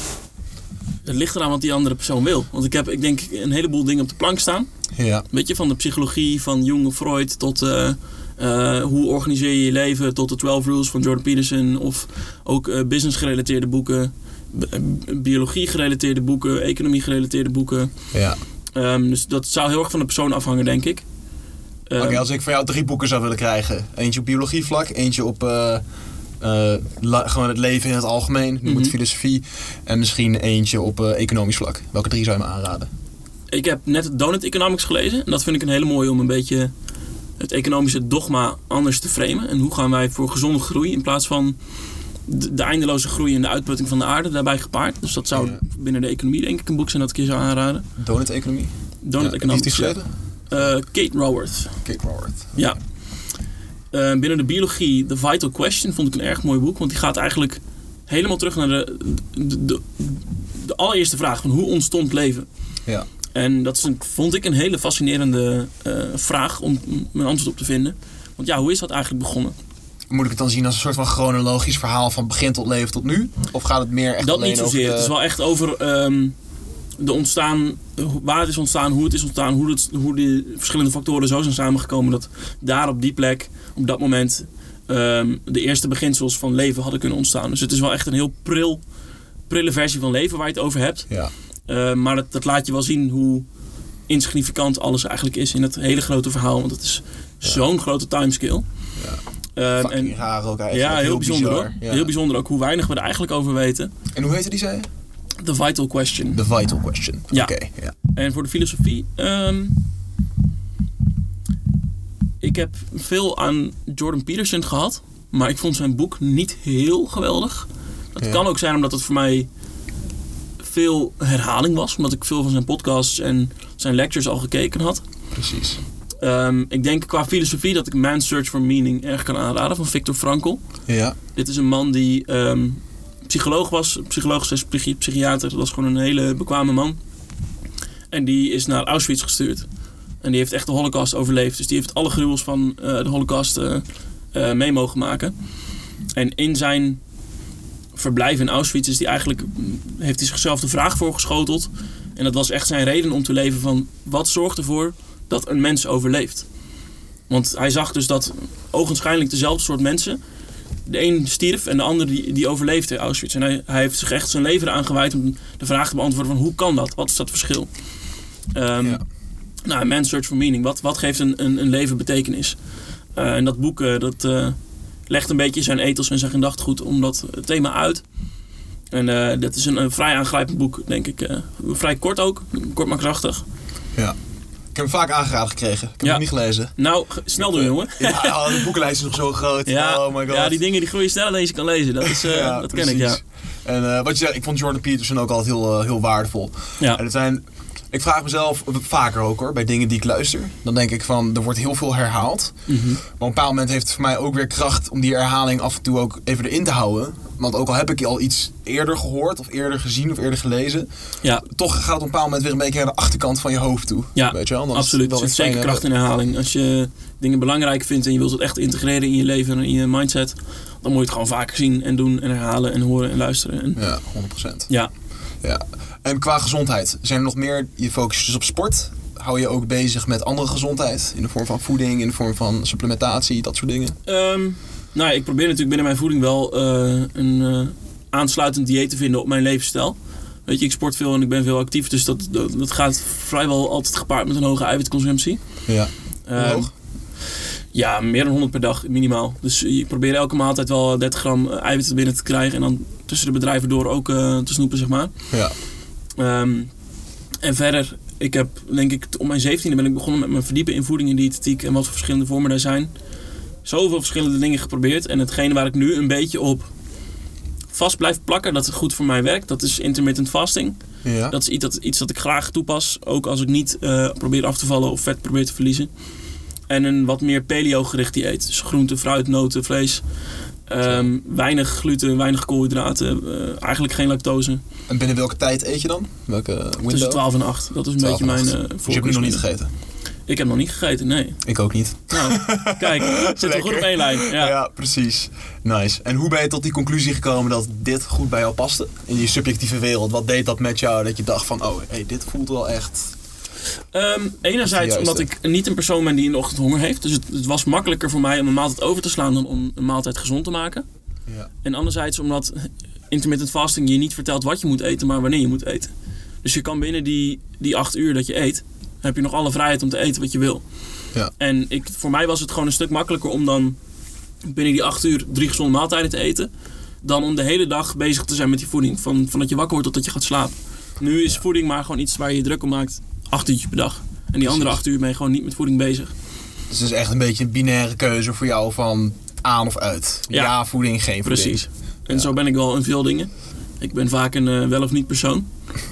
Het ligt eraan wat die andere persoon wil. Want ik heb, ik denk, een heleboel dingen op de plank staan. Ja. Weet je, van de psychologie van Jung of Freud tot... Uh, Uh, hoe organiseer je je leven tot de twaalf Rules van Jordan Peterson. Of ook uh, business gerelateerde boeken. B- biologie gerelateerde boeken. Economie gerelateerde boeken. Ja. Um, dus dat zou heel erg van de persoon afhangen, denk ik. Um, Oké, okay, als ik van jou drie boeken zou willen krijgen. Eentje op biologievlak. Eentje op uh, uh, la- gewoon het leven in het algemeen. Noem mm-hmm. het filosofie. En misschien eentje op uh, economisch vlak. Welke drie zou je me aanraden? Ik heb net Donut Economics gelezen. En dat vind ik een hele mooie om een beetje... het economische dogma anders te framen. En hoe gaan wij voor gezonde groei in plaats van de, de eindeloze groei en de uitputting van de aarde daarbij gepaard. Dus dat zou ja. binnen de economie denk ik een boek zijn dat ik je zou aanraden. Donut Economie? Donut ja, Economics. Wie heeft die geschreven? Uh, Kate Raworth. Kate Raworth. Ja. Uh, binnen de biologie, The Vital Question, vond ik een erg mooi boek. Want die gaat eigenlijk helemaal terug naar de, de, de, de allereerste vraag van hoe ontstond leven? Ja. En dat is een, vond ik een hele fascinerende uh, vraag om mijn antwoord op te vinden. Want ja, hoe is dat eigenlijk begonnen? Moet ik het dan zien als een soort van chronologisch verhaal van begin tot leven tot nu? Of gaat het meer echt dat alleen over... Dat niet zozeer. De... Het is wel echt over um, de ontstaan, waar het is ontstaan, hoe het is ontstaan, hoe, het, hoe die verschillende factoren zo zijn samengekomen dat daar op die plek, op dat moment, um, de eerste beginsels van leven hadden kunnen ontstaan. Dus het is wel echt een heel pril, prille versie van leven waar je het over hebt. Ja. Uh, maar dat, dat laat je wel zien hoe insignificant alles eigenlijk is in het hele grote verhaal. Want het is ja. zo'n grote timescale. Ja. Uh, en, raar ook eigenlijk. Ja, heel, heel bijzonder bizar. hoor. Ja. Heel bijzonder ook hoe weinig we er eigenlijk over weten. En hoe heette die, zei je? The Vital Question. The Vital Question. Ja. Oké. Okay. Ja. En voor de filosofie... Um, ik heb veel aan Jordan Peterson gehad. Maar ik vond zijn boek niet heel geweldig. Dat ja. kan ook zijn omdat het voor mij... veel herhaling was, omdat ik veel van zijn podcasts en zijn lectures al gekeken had. Precies. Um, ik denk qua filosofie dat ik Man's Search for Meaning erg kan aanraden van Viktor Frankl. Ja. Dit is een man die um, psycholoog was, psycholoog slash psychiater. Dat was gewoon een hele bekwame man. En die is naar Auschwitz gestuurd. En die heeft echt de Holocaust overleefd. Dus die heeft alle gruwels van uh, de Holocaust uh, uh, mee mogen maken. En in zijn verblijf in Auschwitz is die eigenlijk, heeft hij zichzelf de vraag voorgeschoteld. En dat was echt zijn reden om te leven van wat zorgt ervoor dat een mens overleeft. Want hij zag dus dat ogenschijnlijk dezelfde soort mensen, de een stierf en de ander die, die overleefde in Auschwitz. En hij, hij heeft zich echt zijn leven eraan gewijd om de vraag te beantwoorden van hoe kan dat? Wat is dat verschil? Um, ja. Nou, Man's Search for Meaning. Wat, wat geeft een, een, een leven betekenis? Uh, en dat boek uh, dat uh, legt een beetje zijn ethos en zijn gedachtegoed om dat thema uit. En uh, dat is een, een vrij aangrijpend boek, denk ik. Uh, vrij kort ook, kort maar krachtig. Ja. Ik heb hem vaak aangeraden gekregen. Ik heb ja. hem niet gelezen. Nou, snel doen, jongen. Ja, de boekenlijst is nog zo groot. Ja, oh my god. Ja, die dingen die groeien sneller dan je ze kan lezen. Dat, is, uh, ja, dat ken ik, ja. En uh, wat je zegt, ik vond Jordan Peterson ook altijd heel, uh, heel waardevol. Ja. En het zijn... Ik vraag mezelf vaker ook hoor, bij dingen die ik luister. Dan denk ik van, er wordt heel veel herhaald. Mm-hmm. Maar op een bepaald moment heeft het voor mij ook weer kracht om die herhaling af en toe ook even erin te houden. Want ook al heb ik al iets eerder gehoord of eerder gezien of eerder gelezen. Ja. Toch gaat het op een bepaald moment weer een beetje naar de achterkant van je hoofd toe. Ja, weet je wel? Dan absoluut. Er zit zeker kracht in herhaling. Als je dingen belangrijk vindt en je wilt het echt integreren in je leven en in je mindset. Dan moet je het gewoon vaker zien en doen en herhalen en horen en luisteren. En... Ja, honderd procent. Ja. Ja. En qua gezondheid, zijn er nog meer, je focust dus op sport? Hou je ook bezig met andere gezondheid? In de vorm van voeding, in de vorm van supplementatie, dat soort dingen? Um, nou ja, ik probeer natuurlijk binnen mijn voeding wel uh, een uh, aansluitend dieet te vinden op mijn levensstijl. Weet je, ik sport veel en ik ben veel actief, dus dat, dat, dat gaat vrijwel altijd gepaard met een hoge eiwitconsumptie. Ja, hoe um, hoog? Ja, meer dan honderd per dag minimaal. Dus ik probeer elke maaltijd wel dertig gram eiwitten binnen te krijgen en dan tussen de bedrijven door ook uh, te snoepen, zeg maar. Ja. Um, en verder, ik heb denk ik om mijn zeventiende ben ik begonnen met me verdiepen in voeding en diëtetiek en wat voor verschillende vormen daar zijn. Zoveel verschillende dingen geprobeerd en hetgene waar ik nu een beetje op vast blijf plakken, dat het goed voor mij werkt, dat is intermittent fasting. Ja. Dat is iets dat, iets dat ik graag toepas, ook als ik niet uh, probeer af te vallen of vet probeer te verliezen. En een wat meer paleo gericht dieet, dus groente, fruit, noten, vlees. Um, weinig gluten, weinig koolhydraten, uh, eigenlijk geen lactose. En binnen welke tijd eet je dan? Welke window? Tussen twaalf en acht. Dat is een beetje mijn uh, voorkeur. Dus je hebt nu nog niet gegeten? Ik heb nog niet gegeten, nee. Ik ook niet. Nou, kijk, zitten we goed op één lijn. Ja. ja, precies. Nice. En hoe ben je tot die conclusie gekomen dat dit goed bij jou paste? In die subjectieve wereld, wat deed dat met jou? Dat je dacht van, oh, hey, dit voelt wel echt... Um, enerzijds omdat ik niet een persoon ben die in de ochtend honger heeft. Dus het, het was makkelijker voor mij om een maaltijd over te slaan dan om een maaltijd gezond te maken. Ja. En anderzijds omdat intermittent fasting je niet vertelt wat je moet eten, maar wanneer je moet eten. Dus je kan binnen die, die acht uur dat je eet, heb je nog alle vrijheid om te eten wat je wil. Ja. En ik, voor mij was het gewoon een stuk makkelijker om dan binnen die acht uur drie gezonde maaltijden te eten. Dan om de hele dag bezig te zijn met die voeding. Van, van dat je wakker wordt tot dat je gaat slapen. Nu is ja. voeding maar gewoon iets waar je je druk om maakt. Acht uurtjes per dag. En die andere acht uur ben je gewoon niet met voeding bezig. Dus het is echt een beetje een binaire keuze voor jou van aan of uit. Ja, ja voeding, geen voeding. Precies. En ja. zo ben ik wel in veel dingen. Ik ben vaak een uh, wel of niet persoon.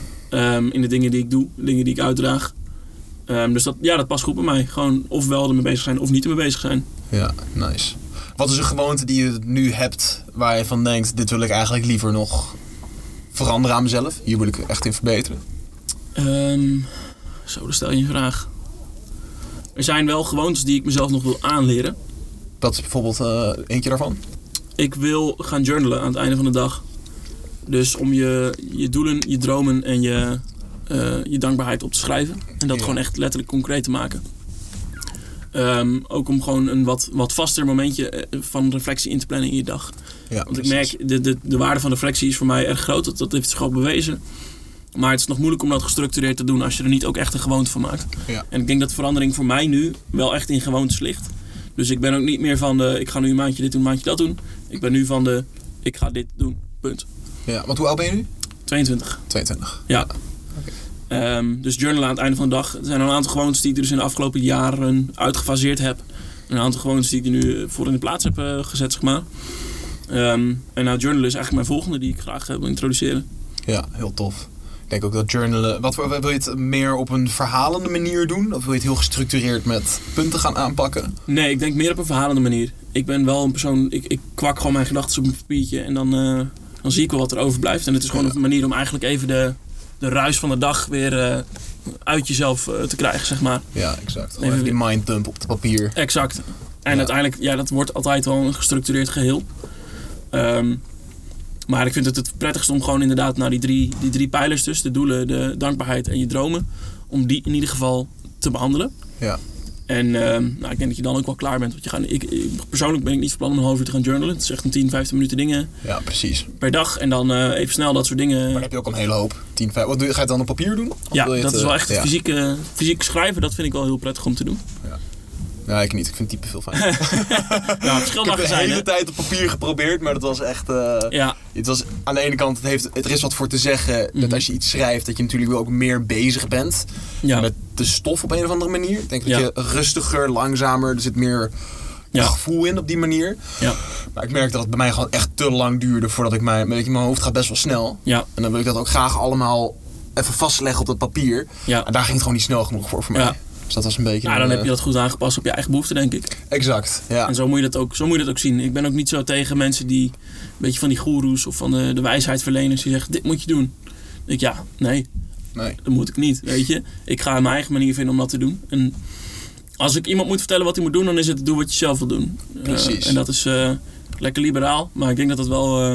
Um, in de dingen die ik doe. De dingen die ik uitdraag. Um, dus dat, ja, dat past goed bij mij. Gewoon ofwel ermee bezig zijn of niet ermee bezig zijn. Ja, nice. Wat is een gewoonte die je nu hebt waar je van denkt, dit wil ik eigenlijk liever nog veranderen aan mezelf? Hier wil ik echt in verbeteren. Um, zo, dan stel je een vraag. Er zijn wel gewoontes die ik mezelf nog wil aanleren. Dat is bijvoorbeeld uh, eentje daarvan? Ik wil gaan journalen aan het einde van de dag. Dus om je, je doelen, je dromen en je, uh, je dankbaarheid op te schrijven. En dat ja. gewoon echt letterlijk concreet te maken. Um, ook om gewoon een wat, wat vaster momentje van reflectie in te plannen in je dag. Ja, Want precies. ik merk, de, de, de waarde van reflectie is voor mij erg groot. Dat, dat heeft zich al bewezen. Maar het is nog moeilijk om dat gestructureerd te doen als je er niet ook echt een gewoonte van maakt. Ja. En ik denk dat de verandering voor mij nu wel echt in gewoontes ligt. Dus ik ben ook niet meer van de, ik ga nu een maandje dit doen, een maandje dat doen. Ik ben nu van de, ik ga dit doen, punt. Ja, want hoe oud ben je nu? tweeëntwintig. tweeëntwintig. Ja. Okay. Um, dus journalen aan het einde van de dag. Er zijn een aantal gewoontes die ik dus in de afgelopen jaren uitgefaseerd heb. Een aantal gewoontes die ik er nu voor in de plaats heb uh, gezet, zeg maar. Um, en nou, journalen is eigenlijk mijn volgende die ik graag uh, wil introduceren. Ja, heel tof. Ik denk ook dat journalen... Wat, wil je het meer op een verhalende manier doen? Of wil je het heel gestructureerd met punten gaan aanpakken? Nee, ik denk meer op een verhalende manier. Ik ben wel een persoon... Ik, ik kwak gewoon mijn gedachten op een papiertje en dan, uh, dan zie ik wel wat er overblijft. En het is gewoon ja. een manier om eigenlijk even de, de ruis van de dag weer uh, uit jezelf uh, te krijgen, zeg maar. Ja, exact. Gewoon even die minddump op het papier. Exact. En ja. uiteindelijk, ja, dat wordt altijd wel een gestructureerd geheel. Um, Maar ik vind het het prettigst om gewoon inderdaad naar die drie, die drie pijlers dus, de doelen, de dankbaarheid en je dromen, om die in ieder geval te behandelen. Ja. En uh, nou, ik denk dat je dan ook wel klaar bent. Want je gaat, ik, ik, persoonlijk ben ik niet van plan om een half uur te gaan journalen. Het is echt een tien, vijftien minuten dingen ja, precies. per dag. En dan uh, even snel dat soort dingen. Maar dan heb je ook een hele hoop. tien, vijf, wat doe je, ga je het dan op papier doen? Ja, wil je dat het, is wel echt het ja. fysiek, uh, fysiek schrijven. Dat vind ik wel heel prettig om te doen. Ja. Ja, ik niet. Ik vind typen veel fijn. Ja, het verschil Ik heb mag de er zijn, hele hè? tijd op papier geprobeerd, maar dat was echt... Uh, Ja. Het was aan de ene kant, het heeft, er is wat voor te zeggen Mhm. dat als je iets schrijft, dat je natuurlijk wel ook meer bezig bent Ja. met de stof op een of andere manier. Ik denk dat Ja. je rustiger, langzamer, er zit meer Ja. gevoel in op die manier. Ja. Maar ik merk dat het bij mij gewoon echt te lang duurde voordat ik mijn... Weet je, mijn hoofd gaat best wel snel. Ja. En dan wil ik dat ook graag allemaal even vastleggen op dat papier. Ja. En daar ging het gewoon niet snel genoeg voor voor mij. Ja. Dus dat was een beetje... Ja, dan een, heb je dat goed aangepast op je eigen behoeften, denk ik. Exact, ja. En zo moet, je dat ook, zo moet je dat ook zien. Ik ben ook niet zo tegen mensen die... Een beetje van die goeroes of van de, de wijsheidsverleners die zeggen... Dit moet je doen. Dan denk ik, ja, nee, Nee. dat moet ik niet, weet je. Ik ga mijn eigen manier vinden om dat te doen. En als ik iemand moet vertellen wat hij moet doen... dan is het doe wat je zelf wil doen. Precies. Uh, en dat is uh, lekker liberaal. Maar ik denk dat dat wel... Uh,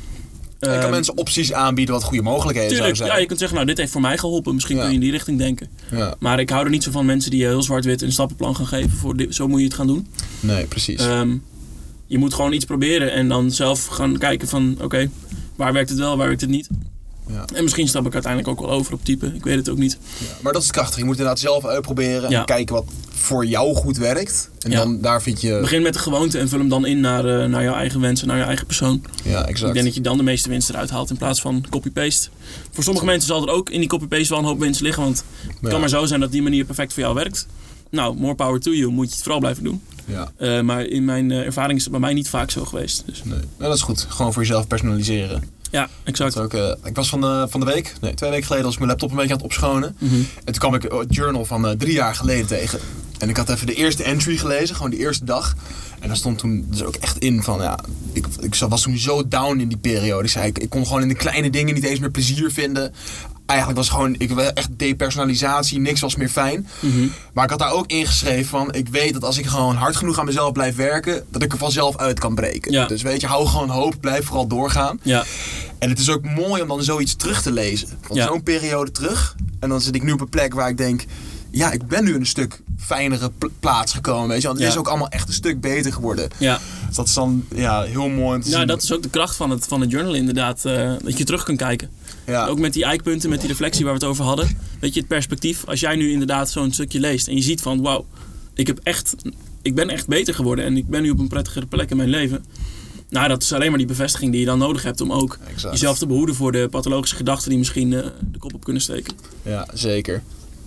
Je kan uh, mensen opties aanbieden wat goede mogelijkheden Tuurlijk, zou ja, zijn. je kunt zeggen, nou, dit heeft voor mij geholpen. Misschien Ja. kun je in die richting denken. Ja. Maar ik hou er niet zo van mensen die heel zwart-wit een stappenplan gaan geven. Voor dit, zo moet je het gaan doen. Nee, precies. Um, je moet gewoon iets proberen en dan zelf gaan kijken van, oké, okay, waar werkt het wel, waar werkt het niet. Ja. En misschien stap ik uiteindelijk ook wel over op typen. Ik weet het ook niet. Ja, maar dat is het krachtig. Je moet inderdaad zelf uitproberen en Ja. kijken wat voor jou goed werkt. En Ja. dan daar vind je... Begin met de gewoonte en vul hem dan in naar, uh, naar jouw eigen wensen, naar je eigen persoon. Ja, exact. Ik denk dat je dan de meeste winst eruit haalt in plaats van copy-paste. Voor sommige mensen zal er ook in die copy-paste wel een hoop winst liggen. Want het Ja. kan maar zo zijn dat die manier perfect voor jou werkt. Nou, more power to you. Moet je het vooral blijven doen. Ja. Uh, maar in mijn uh, ervaring is het bij mij niet vaak zo geweest. Dus. Nee. Nou, dat is goed. Gewoon voor jezelf personaliseren. Ja, exact. Dat is ook, uh, ik was van de, van de week, nee, twee weken geleden, was ik mijn laptop een beetje aan het opschonen. Mm-hmm. En toen kwam ik het journal van uh, drie jaar geleden tegen. En ik had even de eerste entry gelezen, gewoon de eerste dag. En daar stond toen dus ook echt in van, ja, ik, ik was toen zo down in die periode. Ik zei, ik, ik kon gewoon in de kleine dingen niet eens meer plezier vinden. Eigenlijk was gewoon, ik was echt depersonalisatie, niks was meer fijn. Mm-hmm. Maar ik had daar ook ingeschreven van, ik weet dat als ik gewoon hard genoeg aan mezelf blijf werken, dat ik er vanzelf uit kan breken. Ja. Dus weet je, hou gewoon hoop, blijf vooral doorgaan. Ja. En het is ook mooi om dan zoiets terug te lezen. Van Ja. zo'n periode terug. En dan zit ik nu op een plek waar ik denk, ja, ik ben nu een stuk fijnere pl- plaats gekomen. Weet je? Want het Ja. is ook allemaal echt een stuk beter geworden. Ja. Dus dat is dan ja, heel mooi om te Ja, zien. dat is ook de kracht van het, van het journal inderdaad. Uh, dat je terug kan kijken. Ja. Ook met die eikpunten, met die reflectie waar we het over hadden. Weet je, het perspectief. Als jij nu inderdaad zo'n stukje leest en je ziet van, wauw, ik heb echt, ik ben echt beter geworden. En ik ben nu op een prettigere plek in mijn leven. Nou, dat is alleen maar die bevestiging die je dan nodig hebt om ook Exact. jezelf te behoeden voor de pathologische gedachten die misschien uh, de kop op kunnen steken. Ja, zeker.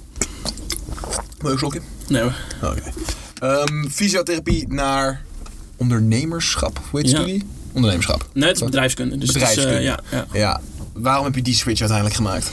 Wil je een slokje? Nee hoor. Oké. Okay. Um, fysiotherapie naar ondernemerschap. Hoe heet de Ja. studie? Ondernemerschap. Nee, het is bedrijfskunde. Dus Bedrijfskunde. Het is, uh, ja, ja. Ja. Waarom heb je die switch uiteindelijk gemaakt?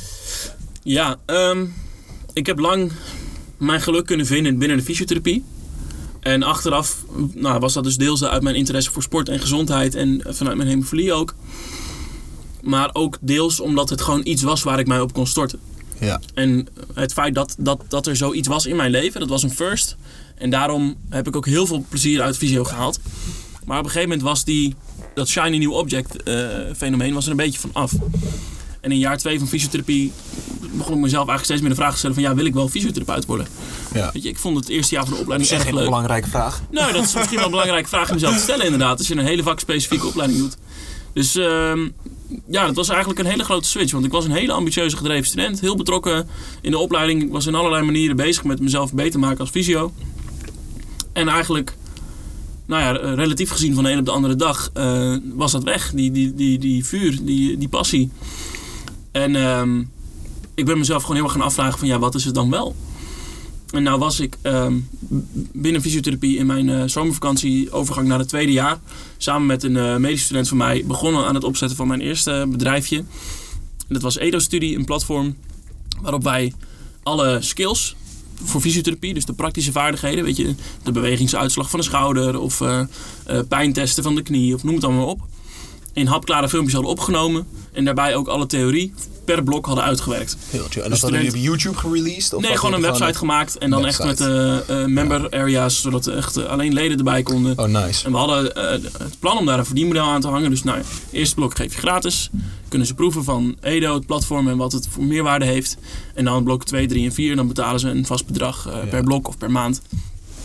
Ja, um, ik heb lang mijn geluk kunnen vinden binnen de fysiotherapie. En achteraf nou, was dat dus deels uit mijn interesse voor sport en gezondheid en vanuit mijn hemofilie ook. Maar ook deels omdat het gewoon iets was waar ik mij op kon storten. Ja. En het feit dat, dat, dat er zoiets was in mijn leven, dat was een first. En daarom heb ik ook heel veel plezier uit fysio gehaald. Maar op een gegeven moment was die, dat shiny new object uh, fenomeen was er een beetje van af. En in jaar twee van fysiotherapie begon ik mezelf eigenlijk steeds meer de vraag te stellen van, ja, wil ik wel fysiotherapeut worden? Ja. Weet je, ik vond het eerste jaar van de Dat opleiding is echt erg een leuk. belangrijke vraag. Nou, dat is misschien wel een belangrijke vraag om jezelf te stellen inderdaad. Als je een hele vakspecifieke opleiding doet. Dus uh, ja, dat was eigenlijk een hele grote switch. Want ik was een hele ambitieuze gedreven student. Heel betrokken in de opleiding. Ik was in allerlei manieren bezig met mezelf beter maken als fysio. En eigenlijk, nou ja, relatief gezien van de een op de andere dag uh, was dat weg. Die, die, die, die vuur, die, die passie. En uh, ik ben mezelf gewoon heel erg gaan afvragen van, ja, wat is het dan wel? En nou was ik um, binnen fysiotherapie in mijn uh, zomervakantie overgang naar het tweede jaar. Samen met een uh, medische student van mij begonnen aan het opzetten van mijn eerste bedrijfje. En dat was EDO-studie, een platform waarop wij alle skills voor fysiotherapie, dus de praktische vaardigheden, weet je, de bewegingsuitslag van de schouder of uh, uh, pijntesten van de knie of noem het allemaal op, in hapklare filmpjes hadden opgenomen en daarbij ook alle theorie per blok hadden uitgewerkt. Heel chill. En Dus dat hadden student- jullie op YouTube gereleased? Of Nee, wat gewoon een jullie website gemaakt en dan website. echt met uh, uh, member areas, zodat er echt uh, alleen leden erbij konden. Oh, nice. En we hadden uh, het plan om daar een verdienmodel aan te hangen. Dus nou, het eerste blok geef je gratis. Kunnen ze proeven van EDO, het platform en wat het voor meerwaarde heeft. En dan blok twee, drie en vier, dan betalen ze een vast bedrag uh, Ja. per blok of per maand.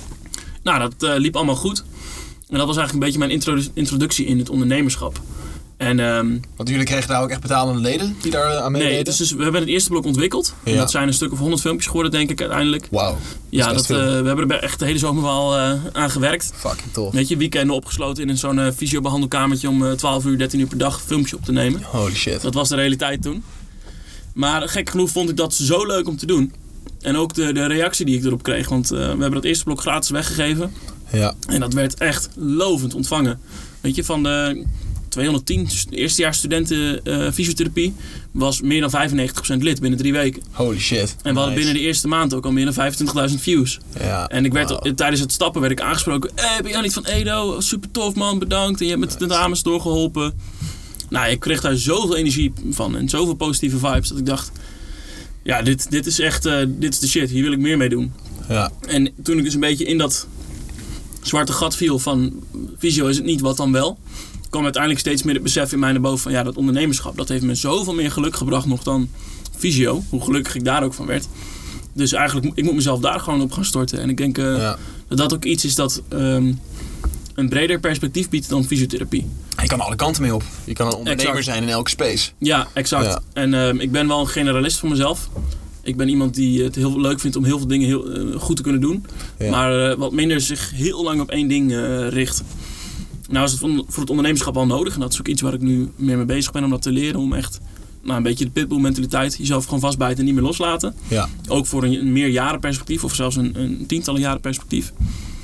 Nou, dat uh, liep allemaal goed. En dat was eigenlijk een beetje mijn introdu- introductie in het ondernemerschap. En, um, Want jullie kregen daar ook echt betalende leden die daar aan meededen? Nee, dus, dus we hebben het eerste blok ontwikkeld. Ja. En dat zijn een stuk of honderd filmpjes geworden, denk ik, uiteindelijk. Wauw. Ja, dat, uh, we hebben er echt de hele zomer wel uh, aan gewerkt. Fucking tof. Weet je, weekenden opgesloten in zo'n uh, fysiobehandelkamertje om uh, twaalf uur, dertien uur per dag een filmpje op te nemen. Holy shit. Dat was de realiteit toen. Maar gek genoeg vond ik dat zo leuk om te doen. En ook de, de reactie die ik erop kreeg. Want uh, we hebben dat eerste blok gratis weggegeven. Ja. En dat werd echt lovend ontvangen. Weet je, van de tweehonderdtien eerstejaars studenten uh, fysiotherapie was meer dan vijfennegentig procent lid binnen drie weken. Holy shit. En we nice. hadden binnen de eerste maand ook al meer dan vijfentwintigduizend views. Ja, en ik werd wow. tijdens het stappen werd ik aangesproken. Hé, hey, ben jij niet van Edo? Super tof man, bedankt. En je hebt met de tentamens doorgeholpen. Nou, ik kreeg daar zoveel energie van en zoveel positieve vibes dat ik dacht, ja, dit, dit is echt, uh, dit is de shit. Hier wil ik meer mee doen. Ja. En toen ik dus een beetje in dat zwarte gat viel van fysio is het niet, wat dan wel, kwam uiteindelijk steeds meer het besef in mij naar boven van ja, dat ondernemerschap, dat heeft me zoveel meer geluk gebracht nog dan fysio. Hoe gelukkig ik daar ook van werd. Dus eigenlijk, ik moet mezelf daar gewoon op gaan storten. En ik denk uh, ja. dat dat ook iets is dat um, een breder perspectief biedt dan fysiotherapie. Je kan alle kanten mee op. Je kan een ondernemer exact. zijn in elke space. Ja, exact. Ja. En uh, ik ben wel een generalist voor mezelf. Ik ben iemand die het heel leuk vindt om heel veel dingen heel, uh, goed te kunnen doen. Ja. Maar uh, wat minder zich heel lang op één ding uh, richt. Nou is het voor het ondernemerschap wel nodig. En dat is ook iets waar ik nu meer mee bezig ben om dat te leren. Om echt nou, een beetje de pitbull mentaliteit. Jezelf gewoon vastbijten en niet meer loslaten. Ja. Ook voor een, een meerjaren perspectief. Of zelfs een, een tientallen jaren perspectief.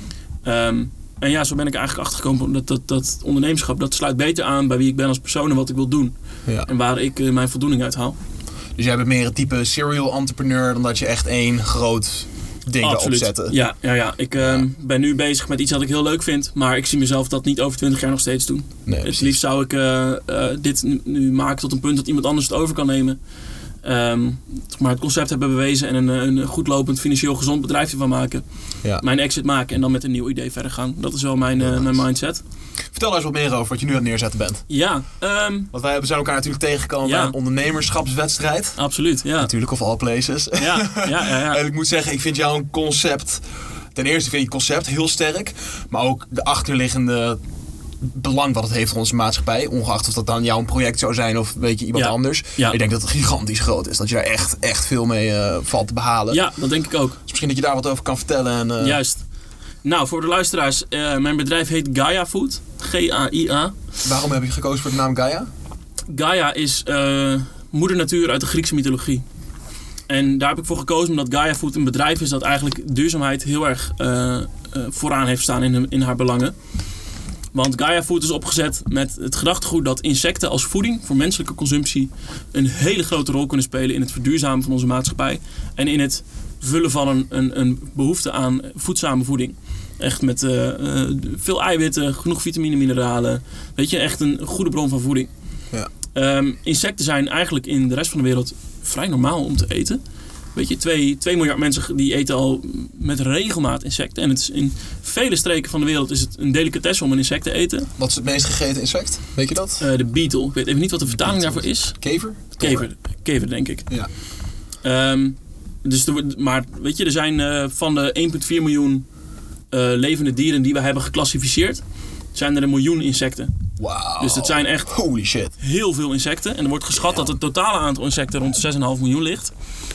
Um, En ja, zo ben ik eigenlijk achtergekomen dat, dat dat ondernemerschap, dat sluit beter aan bij wie ik ben als persoon en wat ik wil doen. Ja. En waar ik uh, mijn voldoening uit haal. Dus jij bent meer een type serial entrepreneur dan dat je echt één groot ding wil opzetten. Ja, ja, ja. ik uh, ja. ben nu bezig met iets dat ik heel leuk vind, maar ik zie mezelf dat niet over twintig jaar nog steeds doen. Nee, het liefst zou ik uh, uh, dit nu, nu maken tot een punt dat iemand anders het over kan nemen. Um, maar het concept hebben bewezen en een, een goed lopend, financieel gezond bedrijf ervan maken. Ja. Mijn exit maken en dan met een nieuw idee verder gaan. Dat is wel mijn, uh, mijn mindset. Vertel eens wat meer over wat je nu aan het neerzetten bent. Ja. Um, Want wij zijn elkaar natuurlijk tegengekomen ja. bij een ondernemerschapswedstrijd. Absoluut, ja. Natuurlijk, of all places. Ja, ja, ja, ja. En ik moet zeggen, ik vind jou een concept. Ten eerste vind ik het concept heel sterk. Maar ook de achterliggende belang wat het heeft voor onze maatschappij. Ongeacht of dat dan jouw project zou zijn of weet je, iemand ja. anders. Ja. Ik denk dat het gigantisch groot is. Dat je daar echt, echt veel mee uh, valt te behalen. Ja, dat denk ik ook. Dus misschien dat je daar wat over kan vertellen. En, uh... Juist. Nou, voor de luisteraars. Uh, mijn bedrijf heet Gaia Food. G A I A. Waarom heb je gekozen voor de naam Gaia? Gaia is uh, moeder natuur uit de Griekse mythologie. En daar heb ik voor gekozen omdat Gaia Food een bedrijf is dat eigenlijk duurzaamheid heel erg uh, uh, vooraan heeft staan in, in haar belangen. Want Gaia Food is opgezet met het gedachtegoed dat insecten als voeding voor menselijke consumptie een hele grote rol kunnen spelen in het verduurzamen van onze maatschappij. En in het vullen van een, een, een behoefte aan voedzame voeding. Echt met uh, uh, veel eiwitten, genoeg vitamine, mineralen. Weet je, echt een goede bron van voeding. Ja. Um, insecten zijn eigenlijk in de rest van de wereld vrij normaal om te eten. Weet je, twee miljard mensen die eten al met regelmaat insecten. En het is in vele streken van de wereld is het een delicatesse om een insect te eten. Wat is het meest gegeten insect? Weet je dat? Uh, de beetle. Ik weet even niet wat de vertaling daarvoor is. Kever? Kever, kever denk ik. Ja. Um, dus de, maar weet je, er zijn uh, van de één komma vier miljoen uh, levende dieren die we hebben geclassificeerd, zijn er een miljoen insecten. Wauw. Dus dat zijn echt holy shit. Heel veel insecten. En er wordt geschat ja. dat het totale aantal insecten rond zes komma vijf miljoen ligt.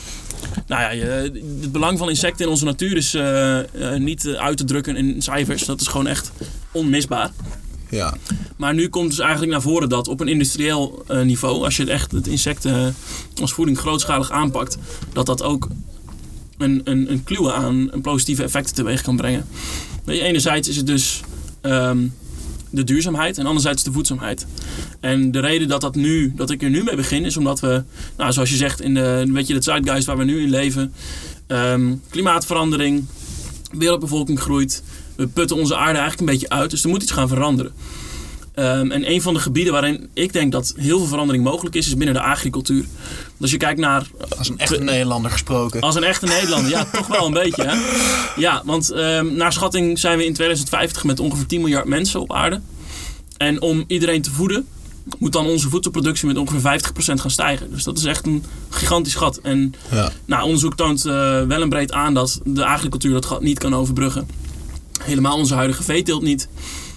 Nou ja, je, het belang van insecten in onze natuur is uh, uh, niet uh, uit te drukken in cijfers. Dat is gewoon echt onmisbaar. Ja. Maar nu komt dus eigenlijk naar voren dat op een industrieel uh, niveau, als je het echt het insecten uh, als voeding grootschalig aanpakt, dat dat ook een, een, een kluwe aan een positieve effecten teweeg kan brengen. Weet je, enerzijds is het dus um, de duurzaamheid en anderzijds de voedzaamheid. En de reden dat, dat, nu, dat ik er nu mee begin is omdat we, nou, zoals je zegt, in de, weet je, de zeitgeist waar we nu in leven, um, klimaatverandering, wereldbevolking groeit, we putten onze aarde eigenlijk een beetje uit, dus er moet iets gaan veranderen. Um, en een van de gebieden waarin ik denk dat heel veel verandering mogelijk is, is binnen de agricultuur. Als je kijkt naar... Als een echte Nederlander gesproken. Als een echte Nederlander, ja, toch wel een beetje. Hè? Ja, want um, naar schatting zijn we in tweeduizend vijftig met ongeveer tien miljard mensen op aarde. En om iedereen te voeden, moet dan onze voedselproductie met ongeveer vijftig procent gaan stijgen. Dus dat is echt een gigantisch gat. En ja. nou, onderzoek toont uh, wel en breed aan dat de agricultuur dat gat niet kan overbruggen. Helemaal onze huidige veeteelt niet.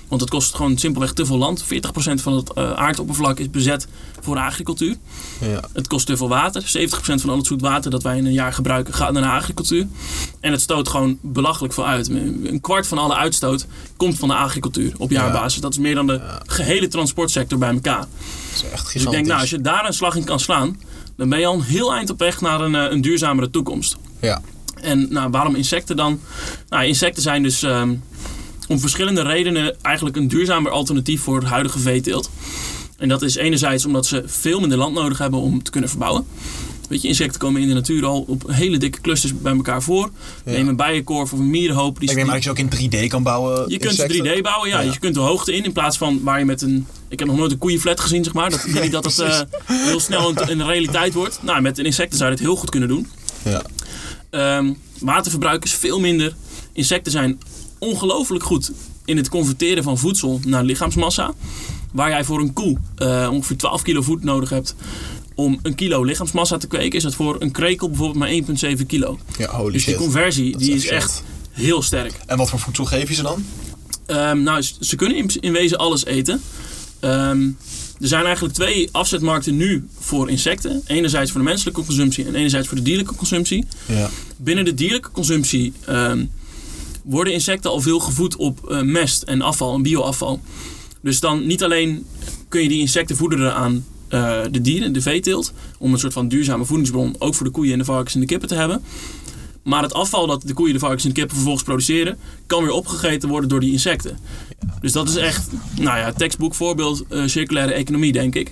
Want het kost gewoon simpelweg te veel land. veertig procent van het uh, aardoppervlak is bezet voor agricultuur. Ja. Het kost te veel water. zeventig procent van al het zoet water dat wij in een jaar gebruiken gaat naar de agricultuur. En het stoot gewoon belachelijk veel uit. Een kwart van alle uitstoot komt van de agricultuur op jaarbasis. Ja. Dat is meer dan de ja. gehele transportsector bij elkaar. Dat is echt gigantisch. Dus ik denk, nou, als je daar een slag in kan slaan, dan ben je al een heel eind op weg naar een, een duurzamere toekomst. Ja. En nou, waarom insecten dan? Nou, insecten zijn dus um, om verschillende redenen eigenlijk een duurzamer alternatief voor het huidige veeteelt. En dat is enerzijds omdat ze veel minder land nodig hebben om te kunnen verbouwen. Weet je, insecten komen in de natuur al op hele dikke clusters bij elkaar voor. Ja. Neem een bijenkorf of een mierenhoop. Die ik neem maar dat je ook in drie D kan bouwen. Je kunt ze drie D bouwen, ja. ja. Je kunt de hoogte in, in plaats van waar je met een... Ik heb nog nooit een koeienflat gezien, zeg maar. Dat, ik denk niet dat het uh, heel snel een, een realiteit wordt. Nou, met insecten zou je het heel goed kunnen doen. Ja. Um, waterverbruik is veel minder. Insecten zijn ongelooflijk goed in het converteren van voedsel naar lichaamsmassa. Waar jij voor een koe uh, ongeveer twaalf kilo voed nodig hebt om een kilo lichaamsmassa te kweken, is dat voor een krekel bijvoorbeeld maar één komma zeven kilo. Ja, holy dus shit. die conversie dat die is is echt, echt heel sterk. En wat voor voedsel geef je ze dan? Um, nou, ze kunnen in, in wezen alles eten. Um, er zijn eigenlijk twee afzetmarkten nu voor insecten. Enerzijds voor de menselijke consumptie en enerzijds voor de dierlijke consumptie. Ja. Binnen de dierlijke consumptie um, worden insecten al veel gevoed op uh, mest en afval en bioafval. Dus dan niet alleen kun je die insecten voederen aan uh, de dieren, de veeteelt, om een soort van duurzame voedingsbron ook voor de koeien en de varkens en de kippen te hebben. Maar het afval dat de koeien, de varkens en de kippen vervolgens produceren, kan weer opgegeten worden door die insecten. Dus dat is echt, nou ja, tekstboek voorbeeld uh, circulaire economie, denk ik.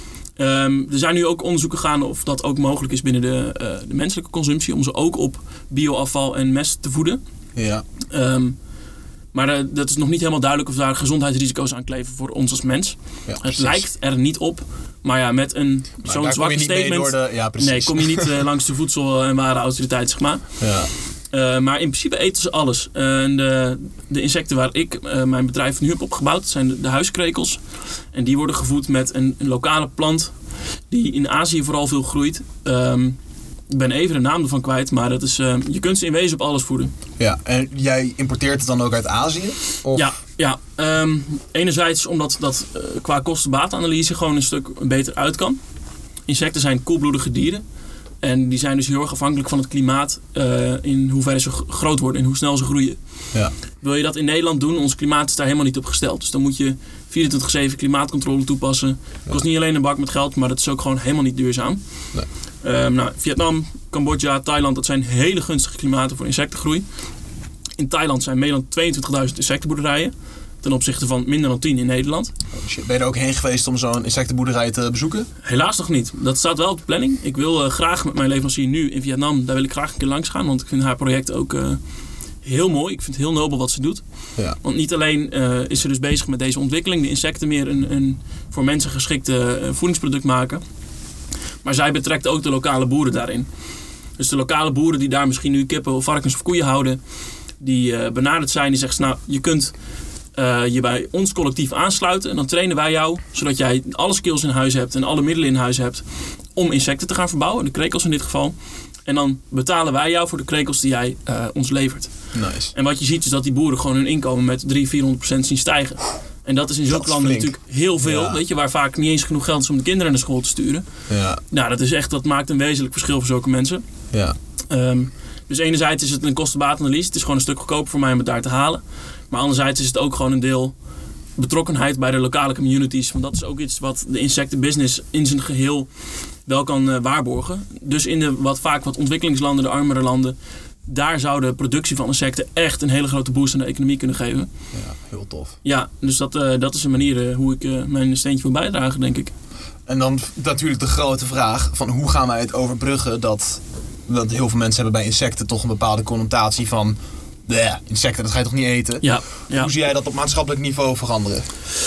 Um, er zijn nu ook onderzoeken gaande of dat ook mogelijk is binnen de, uh, de menselijke consumptie, om ze ook op bioafval en mest te voeden. Ja. Um, maar uh, dat is nog niet helemaal duidelijk of daar gezondheidsrisico's aan kleven voor ons als mens. Ja, het precies. Lijkt er niet op. Maar ja, met een maar zo'n zwakke statement... De, ja, nee, kom je niet uh, langs de voedsel- en warenautoriteit, zeg maar. Ja. Uh, maar in principe eten ze alles. Uh, en de, de insecten waar ik uh, mijn bedrijf nu heb opgebouwd, zijn de, de huiskrekels. En die worden gevoed met een, een lokale plant die in Azië vooral veel groeit. Um, ik ben even de naam ervan kwijt, maar dat is, uh, je kunt ze in wezen op alles voeden. Ja, en jij importeert het dan ook uit Azië? Of? Ja, ja. Um, enerzijds omdat dat uh, qua kosten-batenanalyse gewoon een stuk beter uit kan. Insecten zijn koelbloedige dieren. En die zijn dus heel erg afhankelijk van het klimaat uh, in hoeverre ze groot worden en hoe snel ze groeien. Ja. Wil je dat in Nederland doen? Ons klimaat is daar helemaal niet op gesteld. Dus dan moet je vierentwintig zeven klimaatcontrole toepassen. Het kost ja. niet alleen een bak met geld, maar dat is ook gewoon helemaal niet duurzaam. Nee. Um, nou, Vietnam, Cambodja, Thailand, dat zijn hele gunstige klimaten voor insectengroei. In Thailand zijn meer dan tweeëntwintigduizend insectenboerderijen. Ten opzichte van minder dan tien in Nederland. Oh shit. Ben je er ook heen geweest om zo'n insectenboerderij te bezoeken? Helaas nog niet. Dat staat wel op de planning. Ik wil uh, graag met mijn leverancier nu in Vietnam, daar wil ik graag een keer langs gaan. Want ik vind haar project ook uh, heel mooi. Ik vind het heel nobel wat ze doet. Ja. Want niet alleen uh, is ze dus bezig met deze ontwikkeling, de insecten meer een, een voor mensen geschikte uh, voedingsproduct maken. Maar zij betrekt ook de lokale boeren daarin. Dus de lokale boeren die daar misschien nu kippen of varkens of koeien houden, die uh, benaderd zijn, die zeggen, nou, je kunt uh, je bij ons collectief aansluiten en dan trainen wij jou, zodat jij alle skills in huis hebt en alle middelen in huis hebt om insecten te gaan verbouwen, de krekels in dit geval. En dan betalen wij jou voor de krekels die jij uh, ons levert. Nice. En wat je ziet is dat die boeren gewoon hun inkomen met driehonderd, vierhonderd procent zien stijgen. En dat is in zulke landen natuurlijk heel veel, ja. Weet je, waar vaak niet eens genoeg geld is om de kinderen naar school te sturen. Ja. Nou, dat is echt, dat maakt een wezenlijk verschil voor zulke mensen. Ja. Um, dus enerzijds is het een kosten-batenanalyse. Het is gewoon een stuk goedkoper voor mij om het daar te halen. Maar anderzijds is het ook gewoon een deel betrokkenheid bij de lokale communities. Want dat is ook iets wat de insectenbusiness in zijn geheel wel kan uh, waarborgen. Dus in de wat vaak wat ontwikkelingslanden, de armere landen, daar zou de productie van insecten echt een hele grote boost aan de economie kunnen geven. Ja, heel tof. Ja, dus dat, uh, dat is een manier uh, hoe ik uh, mijn steentje wil bijdragen, denk ik. En dan natuurlijk de grote vraag van hoe gaan wij het overbruggen dat, dat heel veel mensen hebben bij insecten toch een bepaalde connotatie van bleh, insecten, dat ga je toch niet eten? Ja, ja. Hoe zie jij dat op maatschappelijk niveau veranderen?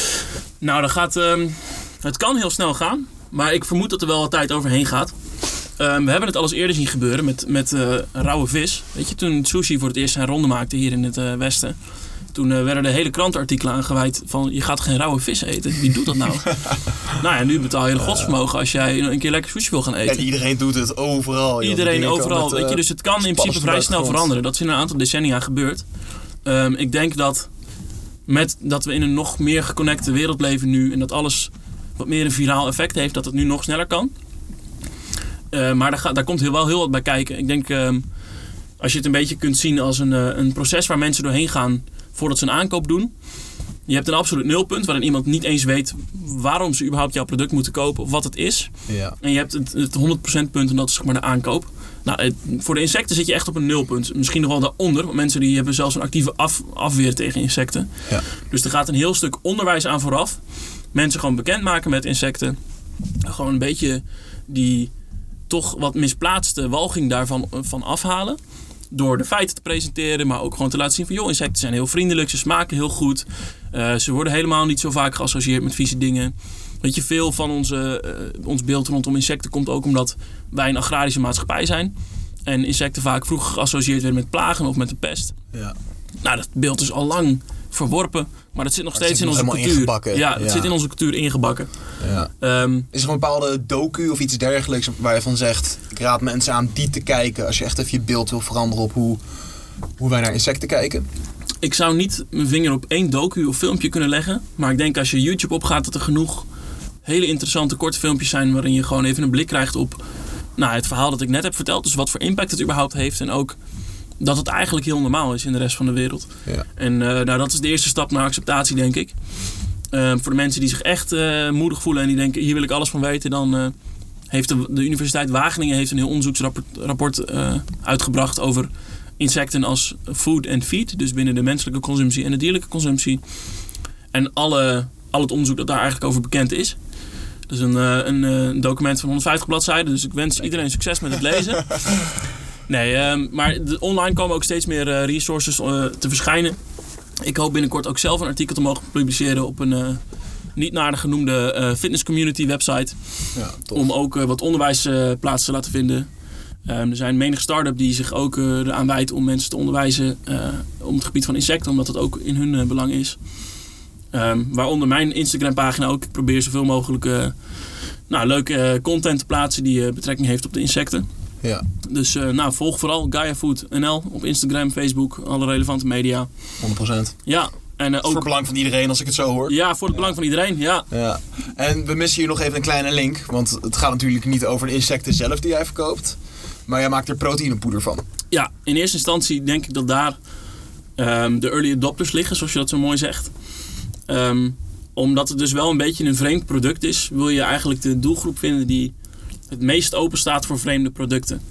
Nou, dat gaat, uh, het kan heel snel gaan, maar ik vermoed dat er wel wat tijd overheen gaat. Um, we hebben het al eens eerder zien gebeuren met, met uh, rauwe vis. Weet je, toen sushi voor het eerst zijn ronde maakte hier in het uh, westen. Toen uh, werden de hele krantenartikelen aangeweid van je gaat geen rauwe vis eten. Wie doet dat nou? Nou ja, nu betaal je een godsvermogen als jij een keer lekker sushi wil gaan eten. En iedereen doet het overal. Iedereen overal. Met, uh, weet je, dus het kan in principe vrij snel veranderen. Dat is in een aantal decennia gebeurd. Um, ik denk dat met dat we in een nog meer geconnecte wereld leven nu en dat alles wat meer een viraal effect heeft, dat het nu nog sneller kan. Uh, maar daar, ga, daar komt heel, wel heel wat bij kijken. Ik denk, uh, als je het een beetje kunt zien als een, uh, een proces waar mensen doorheen gaan voordat ze een aankoop doen. Je hebt een absoluut nulpunt waarin iemand niet eens weet waarom ze überhaupt jouw product moeten kopen of wat het is. Ja. En je hebt het, het honderd procent punt en dat is zeg maar de aankoop. Nou, het, voor de insecten zit je echt op een nulpunt. Misschien nog wel daaronder, want mensen die hebben zelfs een actieve af, afweer tegen insecten. Ja. Dus er gaat een heel stuk onderwijs aan vooraf. Mensen gewoon bekendmaken met insecten. Gewoon een beetje die toch wat misplaatste walging daarvan van afhalen. Door de feiten te presenteren, maar ook gewoon te laten zien van joh, insecten zijn heel vriendelijk, ze smaken heel goed. Uh, ze worden helemaal niet zo vaak geassocieerd met vieze dingen. Weet je, veel van onze, uh, ons beeld rondom insecten komt ook omdat wij een agrarische maatschappij zijn. En insecten vaak vroeger geassocieerd werden met plagen of met de pest. Ja. Nou, dat beeld is al lang verworpen, maar dat zit nog maar steeds zit in onze nog cultuur. Ingebakken. Ja, dat ja. zit in onze cultuur ingebakken. Ja. Um, Is er een bepaalde docu of iets dergelijks waar je van zegt, ik raad mensen aan die te kijken als je echt even je beeld wil veranderen op hoe, hoe wij naar insecten kijken? Ik zou niet mijn vinger op één docu of filmpje kunnen leggen, maar ik denk als je YouTube opgaat dat er genoeg hele interessante korte filmpjes zijn waarin je gewoon even een blik krijgt op nou, het verhaal dat ik net heb verteld. Dus wat voor impact het überhaupt heeft en ook dat het eigenlijk heel normaal is in de rest van de wereld. Ja. En uh, nou, dat is de eerste stap naar acceptatie, denk ik. Uh, voor de mensen die zich echt uh, moedig voelen en die denken, hier wil ik alles van weten, dan uh, heeft de, de Universiteit Wageningen heeft een heel onderzoeksrapport rapport, uh, uitgebracht over insecten als food and feed. Dus binnen de menselijke consumptie en de dierlijke consumptie. En alle, al het onderzoek dat daar eigenlijk over bekend is. Dus een, uh, een, een document van honderdvijftig bladzijden. Dus ik wens iedereen succes met het lezen. Nee, uh, maar de, online komen ook steeds meer uh, resources uh, te verschijnen. Ik hoop binnenkort ook zelf een artikel te mogen publiceren op een uh, niet nader genoemde uh, fitness community website. Ja, tof. Om ook uh, wat onderwijs uh, plaats te laten vinden. Um, er zijn menig start-up die zich ook uh, eraan wijdt om mensen te onderwijzen uh, om het gebied van insecten, omdat dat ook in hun uh, belang is. Um, waaronder mijn Instagram pagina ook. Ik probeer zoveel mogelijk uh, nou, leuke uh, content te plaatsen die uh, betrekking heeft op de insecten. Ja. Dus uh, nou, volg vooral GaiaFood N L op Instagram, Facebook, alle relevante media. honderd procent. Ja. En, uh, ook voor het belang van iedereen als ik het zo hoor. Ja, voor het belang van iedereen, ja. ja. En we missen hier nog even een kleine link. Want het gaat natuurlijk niet over de insecten zelf die jij verkoopt. Maar jij maakt er proteïnepoeder van. Ja, in eerste instantie denk ik dat daar um, de early adopters liggen, zoals je dat zo mooi zegt. Um, omdat het dus wel een beetje een vreemd product is, wil je eigenlijk de doelgroep vinden die het meest open staat voor vreemde producten.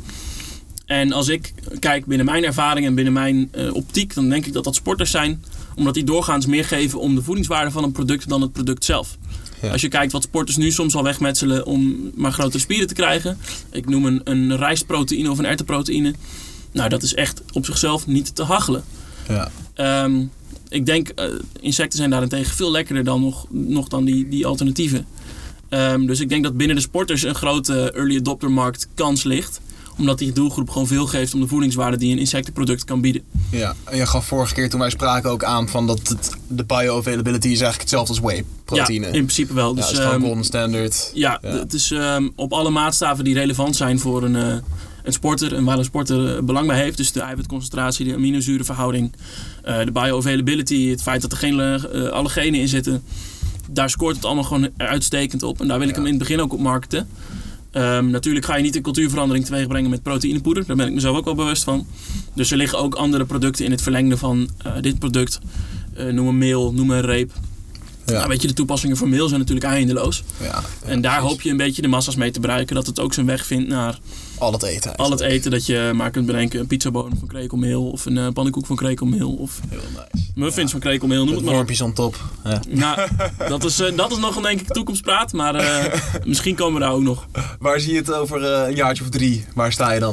En als ik kijk binnen mijn ervaring en binnen mijn uh, optiek, dan denk ik dat dat sporters zijn, omdat die doorgaans meer geven om de voedingswaarde van een product dan het product zelf. Ja. Als je kijkt wat sporters nu soms al wegmetselen om maar grotere spieren te krijgen. Ik noem een, een rijstproteïne of een erwtenproteïne. Nou, dat is echt op zichzelf niet te hachelen. Ja. Um, ik denk, uh, insecten zijn daarentegen veel lekkerder dan nog, nog dan die, die alternatieven. Um, dus ik denk dat binnen de sporters een grote early adopter markt kans ligt. Omdat die doelgroep gewoon veel geeft om de voedingswaarde die een insectenproduct kan bieden. Ja, en je gaf vorige keer toen wij spraken ook aan van dat het, de bioavailability is eigenlijk hetzelfde als whey proteïne. Ja, in principe wel. Dus, ja, het is gewoon um, golden standard. Ja, ja. Het is um, op alle maatstaven die relevant zijn voor een, uh, een sporter en waar een sporter uh, belang bij heeft. Dus de eiwitconcentratie, de aminozurenverhouding, uh, de bioavailability, het feit dat er geen uh, allergenen in zitten. Daar scoort het allemaal gewoon uitstekend op. En daar wil ik ja. hem in het begin ook op marketen. Um, natuurlijk ga je niet een cultuurverandering teweeg brengen met proteïnepoeder. Daar ben ik mezelf ook wel bewust van. Dus er liggen ook andere producten in het verlengde van uh, dit product. Uh, noem een meel, noem een reep. Ja. Nou, weet je, de toepassingen voor meel zijn natuurlijk eindeloos. Ja, ja, en daar precies. hoop je een beetje de massa's mee te bereiken. Dat het ook zijn weg vindt naar al het eten. Al het eten dat je maar kunt bedenken. Een pizzaboon van krekelmeel. Of een uh, pannenkoek van krekelmeel. Of heel nice. muffins ja. van krekelmeel. Noem het maar. Wormpjes on top. Ja. Nou, dat is, uh, dat is nog een denk ik toekomstpraat. Maar uh, misschien komen we daar ook nog. Waar zie je het over uh, een jaartje of drie? Waar sta je dan?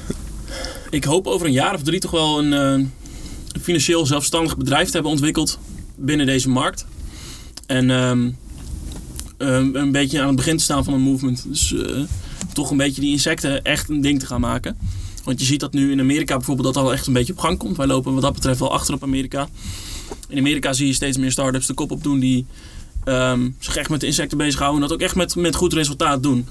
Ik hoop over een jaar of drie toch wel een, uh, een financieel zelfstandig bedrijf te hebben ontwikkeld binnen deze markt. En um, um, een beetje aan het begin te staan van een movement. Dus uh, toch een beetje die insecten echt een ding te gaan maken. Want je ziet dat nu in Amerika bijvoorbeeld dat al echt een beetje op gang komt. Wij lopen wat dat betreft wel achter op Amerika. In Amerika zie je steeds meer start-ups de kop op doen die um, zich echt met de insecten bezighouden. En dat ook echt met, met goed resultaat doen.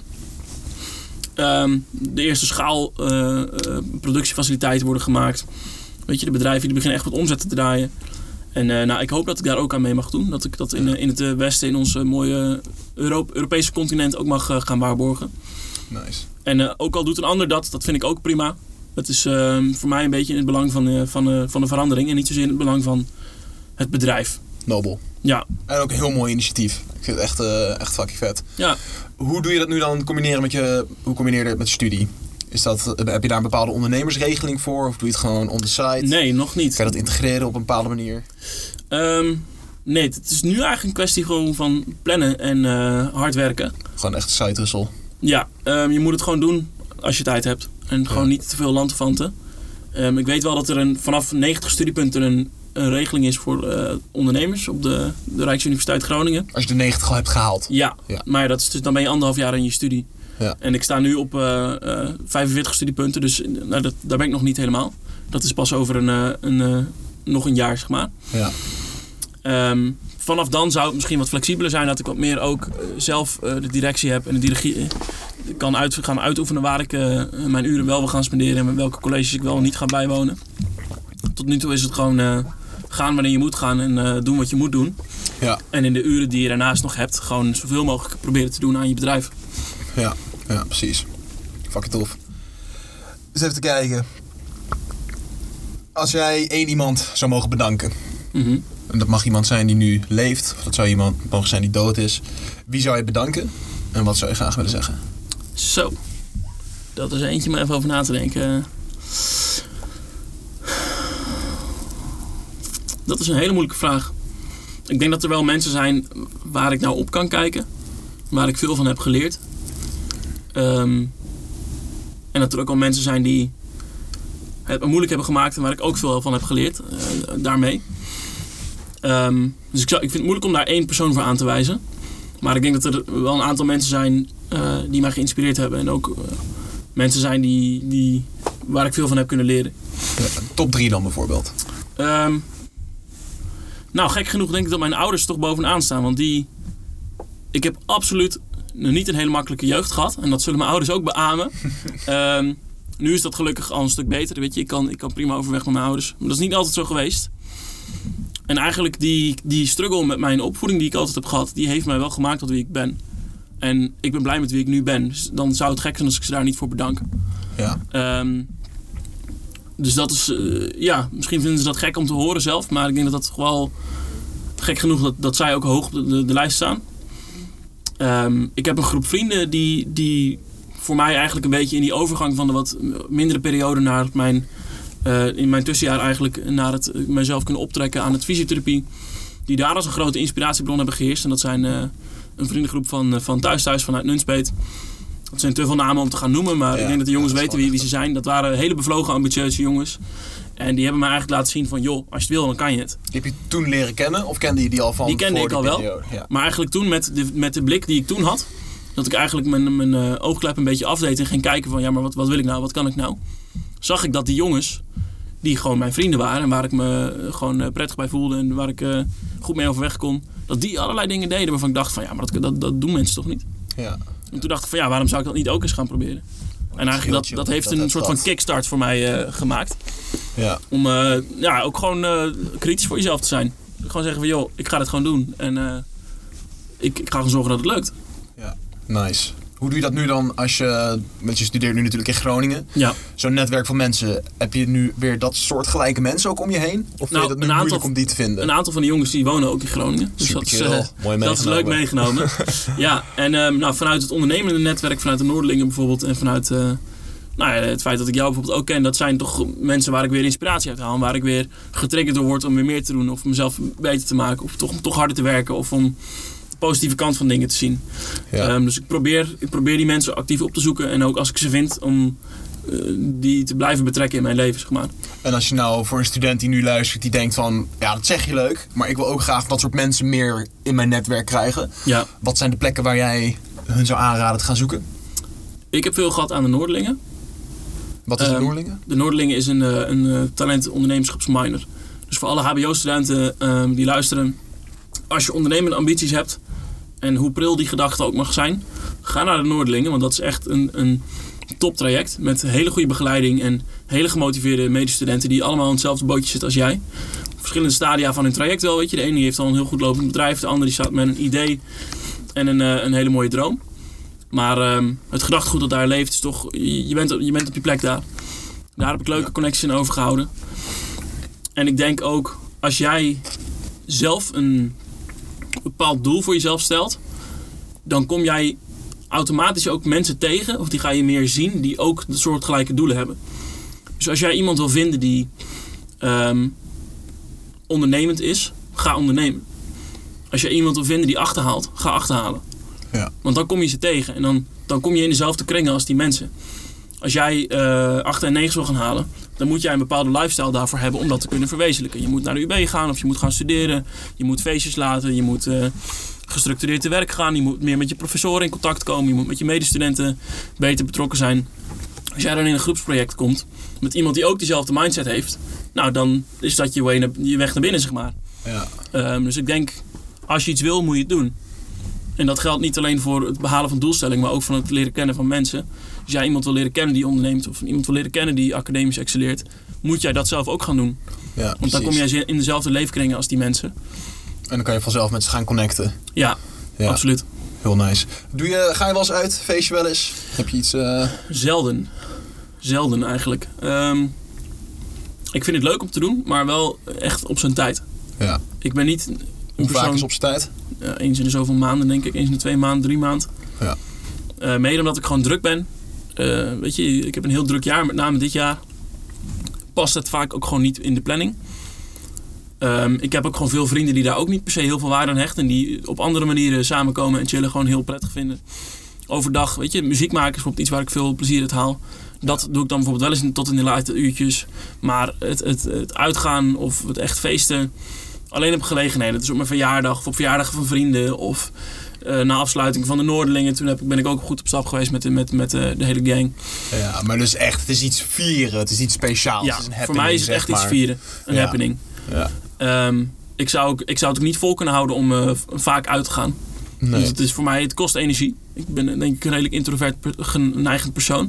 Um, de eerste schaal uh, uh, productiefaciliteiten worden gemaakt. Weet je, de bedrijven die beginnen echt wat omzet te draaien. En uh, nou, ik hoop dat ik daar ook aan mee mag doen. Dat ik dat in, uh, in het uh, Westen, in ons uh, mooie Euro- Europese continent ook mag uh, gaan waarborgen. Nice. En uh, ook al doet een ander dat, dat vind ik ook prima. Het is uh, voor mij een beetje in het belang van, uh, van, uh, van de verandering. En niet zozeer in het belang van het bedrijf. Nobel. Ja. En ook een heel mooi initiatief. Ik vind het echt, uh, echt fucking vet. Ja. Hoe doe je dat nu dan combineren met je, hoe combineer je dat met je studie? Is dat, heb je daar een bepaalde ondernemersregeling voor? Of doe je het gewoon on the side? Nee, nog niet. Kan je dat integreren op een bepaalde manier? Um, nee, het is nu eigenlijk een kwestie gewoon van plannen en uh, hard werken. Gewoon echt een side hustle. Ja, um, je moet het gewoon doen als je tijd hebt. En gewoon ja. niet te veel lanterfanten. Um, ik weet wel dat er een, vanaf negentig studiepunten een, een regeling is voor uh, ondernemers op de, de Rijksuniversiteit Groningen. Als je de negentig al hebt gehaald? Ja, ja. Maar dat is dus, dan ben je anderhalf jaar in je studie. Ja. En ik sta nu op uh, uh, vijfenveertig studiepunten, dus nou, dat, daar ben ik nog niet helemaal. Dat is pas over een, uh, een, uh, nog een jaar, zeg maar. Ja. Um, vanaf dan zou het misschien wat flexibeler zijn, dat ik wat meer ook uh, zelf uh, de directie heb en de dirigie uh, kan uit, gaan uitoefenen waar ik uh, mijn uren wel wil gaan spenderen en met welke colleges ik wel niet ga bijwonen. Tot nu toe is het gewoon uh, gaan wanneer je moet gaan en uh, doen wat je moet doen. Ja. En in de uren die je daarnaast nog hebt, gewoon zoveel mogelijk proberen te doen aan je bedrijf. Ja, ja, precies. Fucking tof. Dus even te kijken. Als jij één iemand zou mogen bedanken. Mm-hmm. En dat mag iemand zijn die nu leeft. Of dat zou iemand mogen zijn die dood is. Wie zou je bedanken? En wat zou je graag willen zeggen? Zo. Dat is eentje om even over na te denken. Dat is een hele moeilijke vraag. Ik denk dat er wel mensen zijn waar ik nou op kan kijken. Waar ik veel van heb geleerd. Um, en dat er ook al mensen zijn die het me moeilijk hebben gemaakt en waar ik ook veel van heb geleerd uh, daarmee. Um, dus ik, zou, ik vind het moeilijk om daar één persoon voor aan te wijzen. Maar ik denk dat er wel een aantal mensen zijn uh, die mij geïnspireerd hebben. En ook uh, mensen zijn die, die, waar ik veel van heb kunnen leren. Ja, top drie dan bijvoorbeeld? Um, nou, gek genoeg denk ik dat mijn ouders toch bovenaan staan. Want die... Ik heb absoluut niet een hele makkelijke jeugd gehad. En dat zullen mijn ouders ook beamen. um, nu is dat gelukkig al een stuk beter. Weet je, ik kan, ik kan prima overweg met mijn ouders. Maar dat is niet altijd zo geweest. En eigenlijk die, die struggle met mijn opvoeding die ik altijd heb gehad... die heeft mij wel gemaakt tot wie ik ben. En ik ben blij met wie ik nu ben. Dus dan zou het gek zijn als ik ze daar niet voor bedank. Ja. Um, dus dat is... Uh, ja, misschien vinden ze dat gek om te horen zelf. Maar ik denk dat dat wel... Gek genoeg dat, dat zij ook hoog op de, de, de lijst staan. Um, ik heb een groep vrienden die, die voor mij eigenlijk een beetje in die overgang van de wat mindere periode naar mijn, uh, in mijn tussenjaar eigenlijk naar het uh, mezelf kunnen optrekken aan het fysiotherapie. Die daar als een grote inspiratiebron hebben geheerst. En dat zijn uh, een vriendengroep van, uh, van Thuis Thuis vanuit Nunspeet. Dat zijn te veel namen om te gaan noemen, maar ja, ik denk dat de jongens ja, weten wie, wie ze zijn. Dat waren hele bevlogen, ambitieuze jongens. En die hebben mij eigenlijk laten zien van, joh, als je het wil, dan kan je het. Die heb je toen leren kennen? Of kende je die al van Die kende voor ik al wel. Ja. Maar eigenlijk toen, met de, met de blik die ik toen had... dat ik eigenlijk mijn, mijn uh, oogklep een beetje afdeed... en ging kijken van, ja, maar wat, wat wil ik nou? Wat kan ik nou? Zag ik dat die jongens, die gewoon mijn vrienden waren... en waar ik me uh, gewoon uh, prettig bij voelde... en waar ik uh, goed mee overweg kon... dat die allerlei dingen deden waarvan ik dacht van... ja, maar dat, dat, dat doen mensen toch niet? Ja. En toen dacht ik van, ja, waarom zou ik dat niet ook eens gaan proberen? En eigenlijk dat, dat heeft een soort van kickstart voor mij uh, gemaakt. Ja. Om uh, ja, ook gewoon uh, kritisch voor jezelf te zijn. Gewoon zeggen van, joh, ik ga dit gewoon doen. En uh, ik, ik ga gewoon zorgen dat het lukt. Ja, nice. Hoe doe je dat nu dan als je... Want je studeert nu natuurlijk in Groningen. Ja. Zo'n netwerk van mensen. Heb je nu weer dat soort gelijke mensen ook om je heen? Of nou, vind je dat nu aantal, moeilijk om die te vinden? Een aantal van de jongens die wonen ook in Groningen. Dus Super dat is, uh, Mooi dat is leuk meegenomen. Ja, en um, nou, vanuit het ondernemende netwerk, vanuit de Noorderlingen bijvoorbeeld... en vanuit uh, nou ja, het feit dat ik jou bijvoorbeeld ook ken... dat zijn toch mensen waar ik weer inspiratie uit haal... waar ik weer getriggerd door word om weer meer te doen... of mezelf beter te maken, of toch, toch harder te werken... of om de positieve kant van dingen te zien. Ja. Um, dus ik probeer, ik probeer die mensen actief op te zoeken... en ook als ik ze vind om uh, die te blijven betrekken in mijn leven, zeg maar. En als je nou voor een student die nu luistert... die denkt van, ja, dat zeg je leuk... maar ik wil ook graag dat soort mensen meer in mijn netwerk krijgen. Ja. Wat zijn de plekken waar jij hun zou aanraden te gaan zoeken? Ik heb veel gehad aan de Noorderlingen. Wat is de um, Noorderlingen? De Noorderlingen is een, een, een talent ondernemerschapsminor. Dus voor alle hbo-studenten um, die luisteren... als je ondernemende ambities hebt... en hoe pril die gedachte ook mag zijn... ga naar de Noorderlingen, want dat is echt een, een toptraject... met hele goede begeleiding en hele gemotiveerde medestudenten... die allemaal in hetzelfde bootje zitten als jij. verschillende stadia van hun traject wel, weet je. De ene die heeft al een heel goed lopend bedrijf, de andere die staat met een idee en een, uh, een hele mooie droom. Maar um, het gedachtegoed dat daar leeft is toch, je, je, bent, je bent op je plek daar. Daar heb ik leuke connecties in overgehouden. En ik denk ook, als jij zelf een bepaald doel voor jezelf stelt, dan kom jij automatisch ook mensen tegen, of die ga je meer zien, die ook de soortgelijke doelen hebben. Dus als jij iemand wil vinden die um, ondernemend is, ga ondernemen. Als je iemand wil vinden die achterhaalt, ga achterhalen. Ja. Want dan kom je ze tegen en dan, dan kom je in dezelfde kringen als die mensen. Als jij uh, achter en negen wil gaan halen, dan moet jij een bepaalde lifestyle daarvoor hebben om dat te kunnen verwezenlijken. Je moet naar de U B gaan of je moet gaan studeren, je moet feestjes laten, je moet uh, gestructureerd te werk gaan, je moet meer met je professoren in contact komen, je moet met je medestudenten beter betrokken zijn. Als jij dan in een groepsproject komt met iemand die ook diezelfde mindset heeft, nou dan is dat je, way naar, je weg naar binnen, zeg maar. Ja. Um, dus ik denk, als je iets wil, moet je het doen. En dat geldt niet alleen voor het behalen van doelstellingen, maar ook van het leren kennen van mensen. Als jij iemand wil leren kennen die onderneemt, of iemand wil leren kennen die academisch excelleert, moet jij dat zelf ook gaan doen. Ja, Want precies. dan kom jij in dezelfde leefkringen als die mensen. En dan kan je vanzelf met ze gaan connecten. Ja, Ja. absoluut. Heel nice. Doe je, ga je wel eens uit? Feest je wel eens? Heb je iets... Uh... Zelden. Zelden eigenlijk. Um, ik vind het leuk om te doen, maar wel echt op zijn tijd. Ja. Ik ben niet een Hoe persoon, vaak is op zijn tijd? Uh, eens in de zoveel maanden, denk ik. Eens in de twee maanden, drie maanden. Ja. Uh, mede omdat ik gewoon druk ben. Uh, weet je, ik heb een heel druk jaar, met name dit jaar. Past het vaak ook gewoon niet in de planning. Um, ik heb ook gewoon veel vrienden die daar ook niet per se heel veel waarde aan hechten. En die op andere manieren samenkomen en chillen gewoon heel prettig vinden. Overdag, weet je, muziek maken is bijvoorbeeld iets waar ik veel plezier uit haal. Dat doe ik dan bijvoorbeeld wel eens in, tot in de late uurtjes. Maar het, het, het uitgaan of het echt feesten, alleen op gelegenheden. Dus op mijn verjaardag of op verjaardagen van vrienden of uh, na afsluiting van de Noorderlingen. Toen heb ik, ben ik ook goed op stap geweest met, met, met uh, de hele gang. Ja, maar dus echt, het is iets vieren, het is iets speciaals. Ja, het is een voor happening, mij is het zeg echt maar. iets vieren. Een Ja. happening. Ja. Um, ik, zou ook, ik zou het ook niet vol kunnen houden om uh, vaak uit te gaan. Nee. Dus het is voor mij, het kost energie. Ik ben denk ik een redelijk introvert per, geneigend persoon.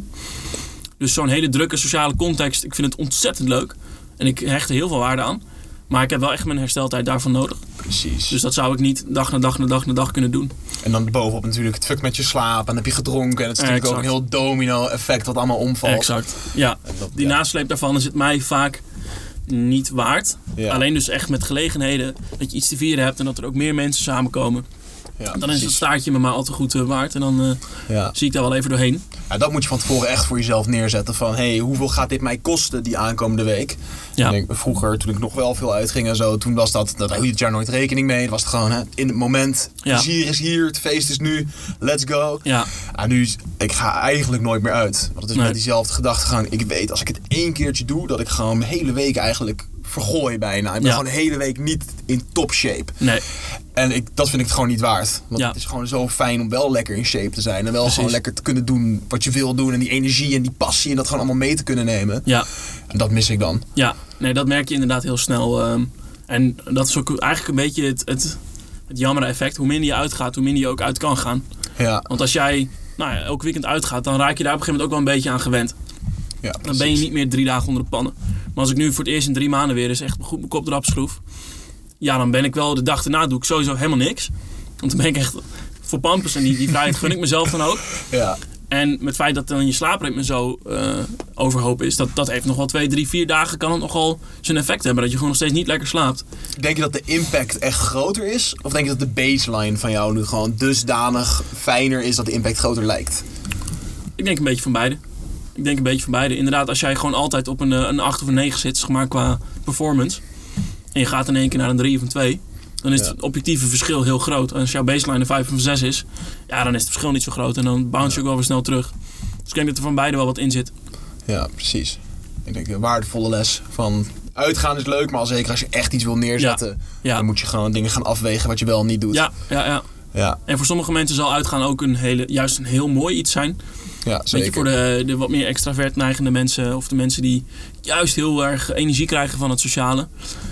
Dus zo'n hele drukke sociale context, ik vind het ontzettend leuk. En ik hecht er heel veel waarde aan. Maar ik heb wel echt mijn hersteltijd daarvan nodig. Precies. Dus dat zou ik niet dag na dag na dag na dag kunnen doen. En dan bovenop natuurlijk het fuck met je slaap. En dan heb je gedronken. En het is Ja, natuurlijk ook exact. een heel domino effect wat allemaal omvalt. Exact. Ja, En dat- die ja. nasleep daarvan is het mij vaak niet waard. Ja. Alleen dus echt met gelegenheden dat je iets te vieren hebt en dat er ook meer mensen samenkomen. Ja, Dan is precies. het staartje me maar al te goed uh, waard. En dan uh, Ja. zie ik daar wel even doorheen. Ja, dat moet je van tevoren echt voor jezelf neerzetten. Van, hé, hey, hoeveel gaat dit mij kosten die aankomende week? Ja. En ik, vroeger, toen ik nog wel veel uitging en zo, toen was dat, dat hield je het jaar nooit rekening mee. Het was het gewoon, hè, in het moment, Ja. plezier is hier, het feest is nu, let's go. Ja, En nu, is- ik ga eigenlijk nooit meer uit. Want het is Nee. met diezelfde gedachtegang. Ik weet, als ik het één keertje doe, dat ik gewoon mijn hele week eigenlijk vergooi bijna. Ik ben Ja. gewoon de hele week niet in top shape. nee. En ik, dat vind ik het gewoon niet waard. Want Ja. het is gewoon zo fijn om wel lekker in shape te zijn. En wel Precies. gewoon lekker te kunnen doen wat je wil doen. En die energie en die passie en dat gewoon allemaal mee te kunnen nemen. Ja, En dat mis ik dan. ja. Nee, dat merk je inderdaad heel snel. Um, en dat is ook eigenlijk een beetje het, het, het jammere effect. Hoe minder je uitgaat, hoe minder je ook uit kan gaan. Ja, Want als jij nou ja, elk weekend uitgaat, dan raak je daar op een gegeven moment ook wel een beetje aan gewend. ja Dan ben je precies. niet meer drie dagen onder de pannen. Maar als ik nu voor het eerst in drie maanden weer eens echt goed mijn kop erop schroef. Ja, dan ben ik wel, de dag erna doe ik sowieso helemaal niks. Want dan ben ik echt voor pampers en die, die vrijheid gun ik mezelf dan ook. Ja. En met het feit dat dan je slaapritme zo uh, overhoop is, dat, dat heeft nog wel twee, drie, vier dagen kan het nogal zijn effect hebben. Dat je gewoon nog steeds niet lekker slaapt. Denk je dat de impact echt groter is? Of denk je dat de baseline van jou nu gewoon dusdanig fijner is dat de impact groter lijkt? Ik denk een beetje van beide. Ik denk een beetje van beide. Inderdaad, als jij gewoon altijd op een, uh, een acht of een negen zit, zeg maar, qua performance. En je gaat in één keer naar een drie of een twee. Dan is Ja. het objectieve verschil heel groot. En als jouw baseline een vijf of een zes is, ja, dan is het verschil niet zo groot. En dan bounce je ook wel weer snel terug. Dus ik denk dat er van beide wel wat in zit. Ja, precies. Ik denk een waardevolle les van uitgaan is leuk, maar al zeker als je echt iets wil neerzetten, Ja. dan moet je gewoon dingen gaan afwegen wat je wel en niet doet. Ja, ja, ja. Ja, En voor sommige mensen zal uitgaan ook een hele, juist een heel mooi iets zijn. ja Weet zeker. je, voor de, de wat meer extravert neigende mensen, of de mensen die juist heel erg energie krijgen van het sociale.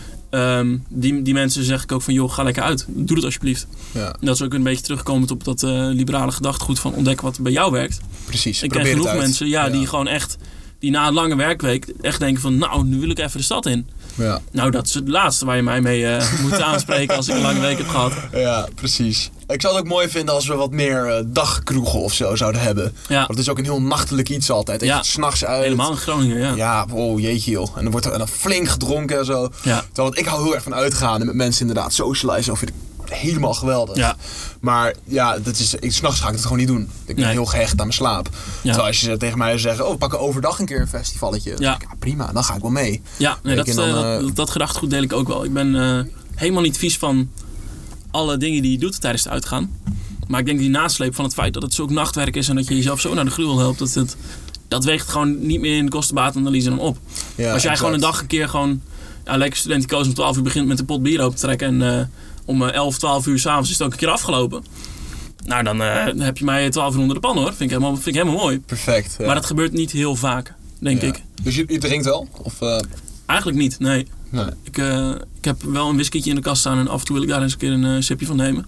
Um, die, die mensen zeg ik ook van, joh, ga lekker uit. Doe het alsjeblieft. Ja, En dat is ook een beetje terugkomend op dat uh, liberale gedachtegoed van ontdekken wat bij jou werkt. precies. Ik ken Probeer het genoeg uit. mensen ja, Ja. die gewoon echt, die na een lange werkweek echt denken van, nou, nu wil ik even de stad in. Ja. Nou, dat is het laatste waar je mij mee uh, moet aanspreken als ik een lange week heb gehad. Ja, precies. Ik zou het ook mooi vinden als we wat meer uh, dagkroegen of zo zouden hebben. Ja. Want het is ook een heel nachtelijk iets altijd. Ja. Echt 's nachts uit. Helemaal in Groningen, ja. Ja, oh jeetje joh. En dan wordt er en dan flink gedronken en zo. Ja. Terwijl ik hou heel erg van uitgaan en met mensen inderdaad socializen. Of vind ik helemaal geweldig. Ja. Maar ja, dat is, ik, 's nachts ga ik het gewoon niet doen. Ik ben Nee. heel gehecht aan mijn slaap. Ja. Terwijl als je tegen mij zou zeggen, oh, we pakken overdag een keer een festivalletje. Dan Ja. denk ik, ja, prima, dan ga ik wel mee. Ja, nee, dat, Weet je, en dan, uh, uh, dat, dat gedachtegoed deel ik ook wel. Ik ben uh, helemaal niet vies van alle dingen die je doet tijdens het uitgaan. Maar ik denk die nasleep van het feit dat het zulk nachtwerk is en dat je jezelf zo naar de gruwel helpt, dat, het, dat weegt gewoon niet meer in de kostenbaatanalyse dan op. Ja, Als jij exact. gewoon een dag een keer gewoon ja, lekker studenticoos om twaalf uur begint met een pot bier open te trekken en uh, om uh, elf, twaalf uur s'avonds is het ook een keer afgelopen. Nou, dan uh, heb je mij twaalf uur onder de pan hoor. Vind ik helemaal, vind ik helemaal mooi. Perfect. Ja. Maar dat gebeurt niet heel vaak, denk Ja. ik. Dus je, je drinkt wel? Of, uh, Eigenlijk niet, nee. nee. Ik, uh, ik heb wel een whiskietje in de kast staan en af en toe wil ik daar eens een keer een uh, sipje van nemen.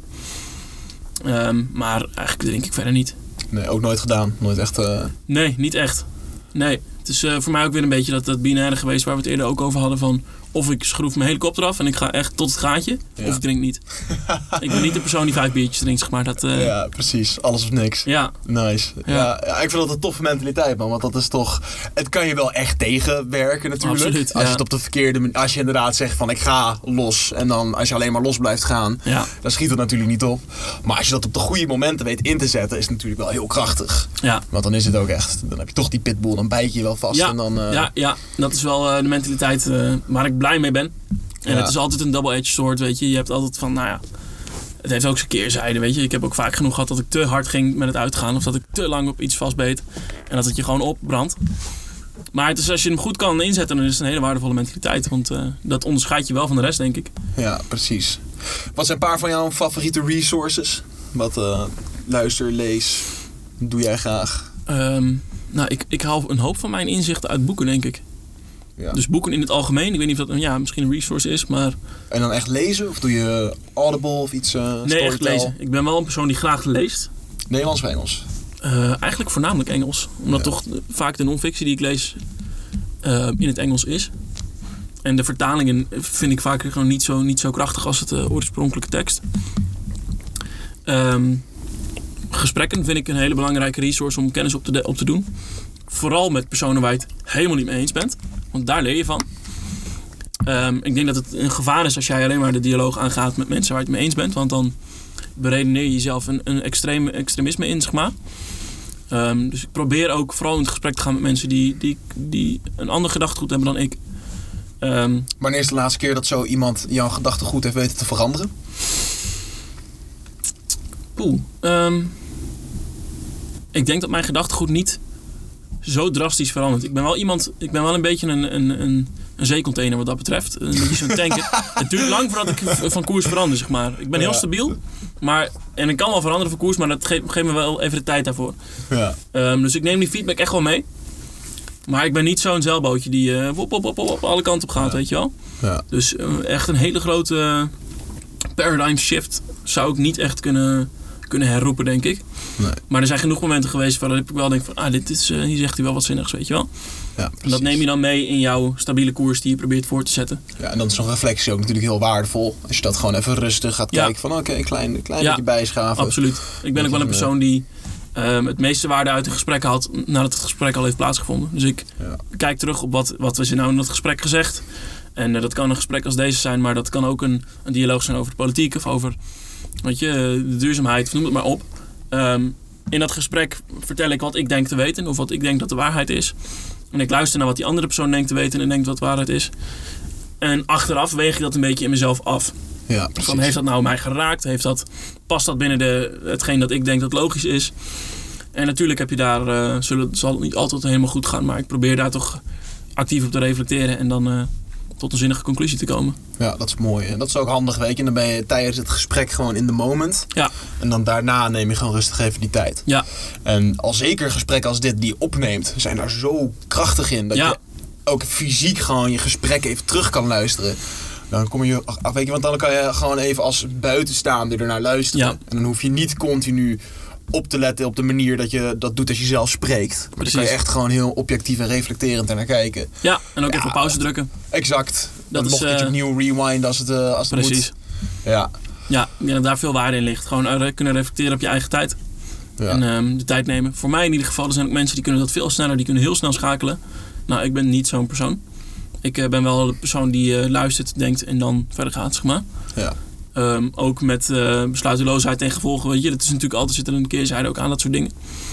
Um, maar eigenlijk drink ik verder niet. Nee, ook nooit gedaan. Nooit echt... Uh... Nee, niet echt. Nee, het is uh, voor mij ook weer een beetje dat, dat binaire geweest waar we het eerder ook over hadden van of ik schroef mijn helikopter af en ik ga echt tot het gaatje, Ja. of ik drink niet. Ik ben niet de persoon die vijf biertjes drinkt, zeg maar. Dat, uh, Ja, precies. Alles of niks. ja. Nice. Ja. Ja. Ja, ik vind dat een toffe mentaliteit, man. Want dat is toch... Het kan je wel echt tegenwerken natuurlijk. Absoluut, als je ja. het op de verkeerde manier... Als je inderdaad zegt van ik ga los. En dan als je alleen maar los blijft gaan. Ja. Dan schiet het natuurlijk niet op. Maar als je dat op de goede momenten weet in te zetten. Is het natuurlijk wel heel krachtig. Ja. Want dan is het ook echt... Dan heb je toch die pitbull. Dan bijt je je wel vast. Ja, En dan, uh, ja, ja, dat is wel uh, de mentaliteit uh, waar ik blij mee ben. En Ja. het is altijd een double-edged sword, weet je. Je hebt altijd van, nou ja, het heeft ook zijn keerzijde, weet je. Ik heb ook vaak genoeg gehad dat ik te hard ging met het uitgaan. Of dat ik te lang op iets vastbeet. En dat het je gewoon opbrandt. Maar het is, als je hem goed kan inzetten, dan is het een hele waardevolle mentaliteit. Want uh, dat onderscheidt je wel van de rest, denk ik. ja, precies. Wat zijn een paar van jouw favoriete resources? Wat uh, luister, lees, doe jij graag? Um, nou, ik, ik haal een hoop van mijn inzichten uit boeken, denk ik. Ja. Dus boeken in het algemeen. Ik weet niet of dat een, ja, misschien een resource is, maar... En dan echt lezen? Of doe je Audible of iets? Uh, Nee, echt Storytel? lezen. Ik ben wel een persoon die graag leest. Nederlands of Engels? Uh, eigenlijk voornamelijk Engels. Omdat Ja. toch vaak de non-fictie die ik lees uh, in het Engels is. En de vertalingen vind ik vaak gewoon niet zo, niet zo krachtig als het uh, oorspronkelijke tekst. Um, gesprekken vind ik een hele belangrijke resource om kennis op te, de- op te doen. Vooral met personen waar je het helemaal niet mee eens bent. Want daar leer je van. Um, ik denk dat het een gevaar is als jij alleen maar de dialoog aangaat met mensen waar je het mee eens bent. Want dan beredeneer je jezelf een, een extreem, extremisme in, zeg maar. Um, dus ik probeer ook vooral in het gesprek te gaan met mensen die, die, die een ander gedachtegoed hebben dan ik. Um, Wanneer is de laatste keer dat zo iemand jouw gedachtegoed heeft weten te veranderen? Poeh. Um, ik denk dat mijn gedachtegoed niet zo drastisch verandert. Ik ben wel iemand, ik ben wel een beetje een, een, een, een zeecontainer wat dat betreft. Een beetje zo'n tanker. Het duurt lang voordat ik van koers verander, zeg maar. Ik ben heel Ja. stabiel. Maar, en ik kan wel veranderen van koers, maar dat geeft, geeft me wel even de tijd daarvoor. Ja. Um, dus ik neem die feedback echt wel mee. Maar ik ben niet zo'n zeilbootje die uh, wop, wop, wop, wop, op alle kanten op gaat, Ja. weet je wel. Ja. Dus uh, echt een hele grote uh, paradigm shift zou ik niet echt kunnen, kunnen herroepen, denk ik. Nee. Maar er zijn genoeg momenten geweest waarin ik wel denk van, ah, dit is, uh, hier zegt hij wel wat zinnigs, weet je wel. Ja, En dat precies. neem je dan mee in jouw stabiele koers die je probeert voor te zetten. Ja, en dan is zo'n reflectie ook natuurlijk heel waardevol. Als je dat gewoon even rustig gaat Ja. kijken van oké, een klein, klein Ja, beetje bijschaven. Absoluut. Ik ben ook wel een je, uh, persoon die um, het meeste waarde uit een gesprek had nadat het gesprek al heeft plaatsgevonden. Dus ik Ja. kijk terug op wat, wat was er nou in dat gesprek gezegd. En uh, dat kan een gesprek als deze zijn, maar dat kan ook een, een dialoog zijn over de politiek of over, weet je, de duurzaamheid, noem het maar op. Um, in dat gesprek vertel ik wat ik denk te weten of wat ik denk dat de waarheid is. En ik luister naar wat die andere persoon denkt te weten en denkt wat waarheid is. En achteraf weeg ik dat een beetje in mezelf af. Ja, precies. Van, heeft dat nou mij geraakt? Heeft dat, past dat binnen de, hetgeen dat ik denk dat logisch is? En natuurlijk heb je daar, uh, zullen, zal het niet altijd helemaal goed gaan, maar ik probeer daar toch actief op te reflecteren en dan uh, tot een zinnige conclusie te komen. Ja, dat is mooi. En dat is ook handig, weet je. En dan ben je tijdens het gesprek gewoon in de moment. Ja, En dan daarna neem je gewoon rustig even die tijd. ja, En al zeker gesprekken als dit die je opneemt, zijn daar zo krachtig in. Dat Ja. je ook fysiek gewoon je gesprek even terug kan luisteren. Dan kom je, ach, weet je, want dan kan je gewoon even als buitenstaander ernaar luisteren. Ja. En dan hoef je niet continu op te letten op de manier dat je dat doet als je zelf spreekt. Maar Precies. dan kan je echt gewoon heel objectief en reflecterend ernaar kijken. Ja, en ook Ja, even pauze drukken. Exact. Dat Dan is, nog een keertje uh, opnieuw rewind als het, uh, als het Precies. moet. Ja. Ja, ik denk dat daar veel waarde in ligt. Gewoon uh, kunnen reflecteren op je eigen tijd. Ja. En um, de tijd nemen. Voor mij in ieder geval, er zijn ook mensen die kunnen dat veel sneller. Die kunnen heel snel schakelen. Nou, ik ben niet zo'n persoon. Ik uh, ben wel de persoon die uh, luistert, denkt en dan verder gaat, zeg maar. Ja. Um, ook met uh, besluiteloosheid en gevolgen, weet je. Dat is natuurlijk altijd, zit er een keerzijde ook aan, dat soort dingen.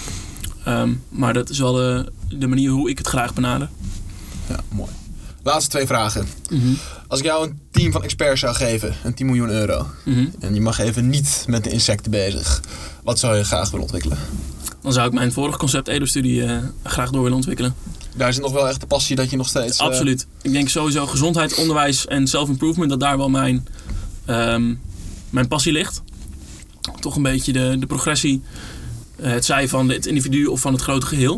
Um, maar dat is wel de, de manier hoe ik het graag benader. Ja, mooi. Laatste twee vragen. Mm-hmm. Als ik jou een team van experts zou geven, een tien miljoen euro. Mm-hmm. En je mag even niet met de insecten bezig. Wat zou je graag willen ontwikkelen? Dan zou ik mijn vorige concept Edo-studie uh, graag door willen ontwikkelen. Daar zit nog wel echt de passie dat je nog steeds... Uh... Absoluut. Ik denk sowieso gezondheid, onderwijs en self-improvement, dat daar wel mijn, um, mijn passie ligt. Toch een beetje de, de progressie, uh, het zij van het individu of van het grote geheel.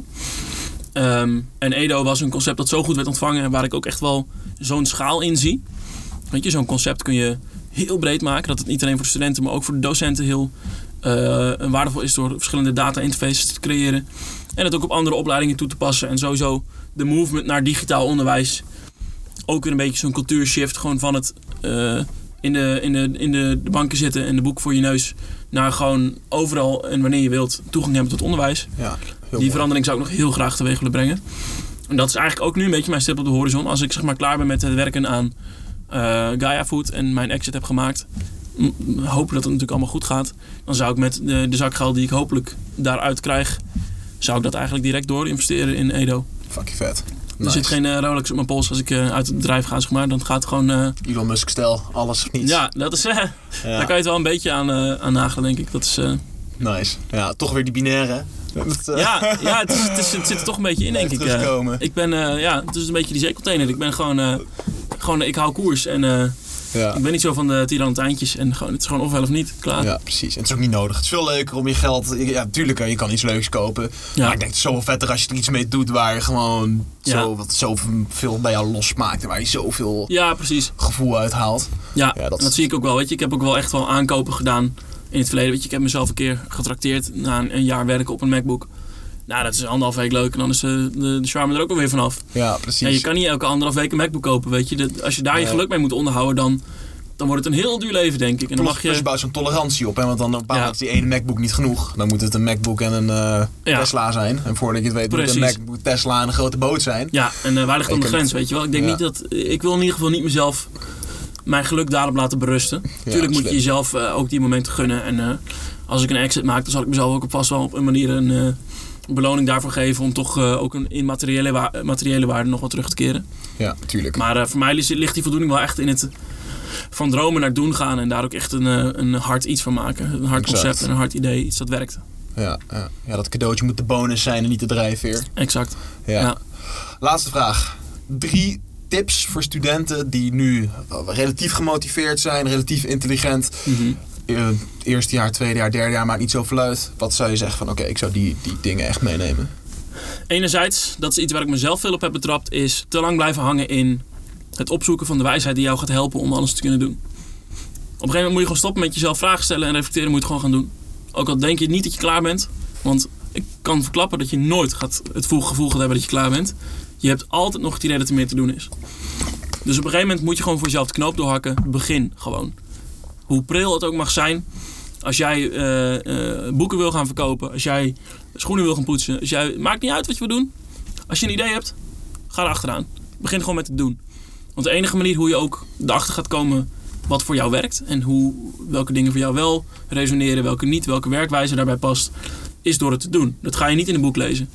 Um, en Edo was een concept dat zo goed werd ontvangen en waar ik ook echt wel zo'n schaal in zie. Weet je, zo'n concept kun je heel breed maken, dat het niet alleen voor de studenten, maar ook voor de docenten heel uh, waardevol is door verschillende data interfaces te creëren. En het ook op andere opleidingen toe te passen. En sowieso de movement naar digitaal onderwijs. Ook weer een beetje zo'n cultuurshift. Gewoon van het uh, in, de, in, de, in de, de banken zitten en de boek voor je neus. Naar gewoon overal en wanneer je wilt toegang hebben tot onderwijs. Ja, Die mooi. verandering zou ik nog heel graag teweeg willen brengen. En dat is eigenlijk ook nu een beetje mijn stip op de horizon. Als ik zeg maar klaar ben met het werken aan uh, Gaia Food en mijn exit heb gemaakt. M- hopen dat het natuurlijk allemaal goed gaat. Dan zou ik met de, de zakgeld die ik hopelijk daaruit krijg, zou ik dat eigenlijk direct door investeren in Edo. Fucking vet. Er Nice. zit geen uh, Rolex op mijn pols als ik uh, uit het bedrijf ga, zeg maar. Dan gaat het gewoon... Uh, Elon Musk stijl, alles of niets. ja, dat is, uh, Ja. daar kan je het wel een beetje aan, uh, aan nagelen, denk ik. Dat is, uh, Nice. Ja, toch weer die binaire. Dat, uh, ja, ja het, is, het, is, het zit er toch een beetje in, denk ik. Uh, terugkomen. ik ben, uh, ja, het is een beetje die zeecontainer. Ik ben gewoon, uh, gewoon ik hou koers en uh, Ja. ik ben niet zo van de tirantijntjes. En gewoon, het is gewoon ofwel of niet, klaar. Ja, precies. En het is ook niet nodig. Het is veel leuker om je geld... Ja, tuurlijk, je kan iets leuks kopen. Ja. Maar ik denk het is zoveel vetter als je er iets mee doet waar je gewoon Ja. zo, wat zoveel bij jou losmaakt. En waar je zoveel Ja, precies. gevoel uit haalt. Ja, Ja, dat- dat zie ik ook wel. Weet je, ik heb ook wel echt wel aankopen gedaan in het verleden. Weet je, ik heb mezelf een keer getrakteerd na een, een jaar werken op een MacBook. Nou, dat is anderhalf week leuk en dan is de, de, de charme er ook alweer vanaf. Ja, precies. Ja, je kan niet elke anderhalf week een MacBook kopen, weet je. Dat, als je daar je Nee. geluk mee moet onderhouden, dan, dan wordt het een heel duur leven, denk ik. En dan Plus, mag plus je je... bouwt zo'n tolerantie op, hè? Want dan op een bepaald Ja. moment is die ene MacBook niet genoeg. Dan moet het een MacBook en een uh, Ja. Tesla zijn. En voordat je het weet moet het een Precies. MacBook, Tesla en een grote boot zijn. Ja, en uh, waar ligt dan Ik de kan grens, het- weet je wel? Ik denk Ja. niet dat... Ik wil in ieder geval niet mezelf mijn geluk daarop laten berusten. Tuurlijk moet je slim. jezelf uh, ook die momenten gunnen. En uh, als ik een exit maak, dan zal ik mezelf ook op vast wel op een manier een uh, beloning daarvoor geven. Om toch uh, ook een, in materiële, wa- materiële waarde nog wat terug te keren. Ja, tuurlijk. Maar uh, voor mij ligt, ligt die voldoening wel echt in het van dromen naar doen gaan. En daar ook echt een, uh, een hard iets van maken. Een hard Exact. concept en een hard idee. Iets dat werkt. Ja, ja. ja, dat cadeautje moet de bonus zijn en niet de drijfveer. Exact. Ja. Ja. Laatste vraag. Drie tips voor studenten die nu relatief gemotiveerd zijn, relatief intelligent. Mm-hmm. Uh, eerste jaar, tweede jaar, derde jaar maakt niet zoveel uit. Wat zou je zeggen van oké, okay, ik zou die, die dingen echt meenemen? Enerzijds, dat is iets waar ik mezelf veel op heb betrapt, is te lang blijven hangen in het opzoeken van de wijsheid die jou gaat helpen om alles te kunnen doen. Op een gegeven moment moet je gewoon stoppen met jezelf vragen stellen en reflecteren, moet je het gewoon gaan doen. Ook al denk je niet dat je klaar bent, want ik kan verklappen dat je nooit gaat het gevoel gaat hebben dat je klaar bent. Je hebt altijd nog het idee dat er meer te doen is. Dus op een gegeven moment moet je gewoon voor jezelf de knoop doorhakken. Begin gewoon. Hoe pril het ook mag zijn. Als jij uh, uh, boeken wil gaan verkopen. Als jij schoenen wil gaan poetsen. Als jij, maakt niet uit wat je wil doen. Als je een idee hebt, ga er achteraan. Begin gewoon met het doen. Want de enige manier hoe je ook erachter gaat komen wat voor jou werkt. En hoe, welke dingen voor jou wel resoneren, welke niet, welke werkwijze daarbij past. Is door het te doen. Dat ga je niet in een boek lezen.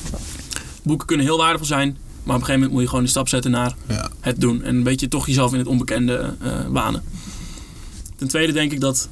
Boeken kunnen heel waardevol zijn. Maar op een gegeven moment moet je gewoon de stap zetten naar Ja. het doen. En een beetje toch jezelf in het onbekende uh, wanen. Ten tweede denk ik dat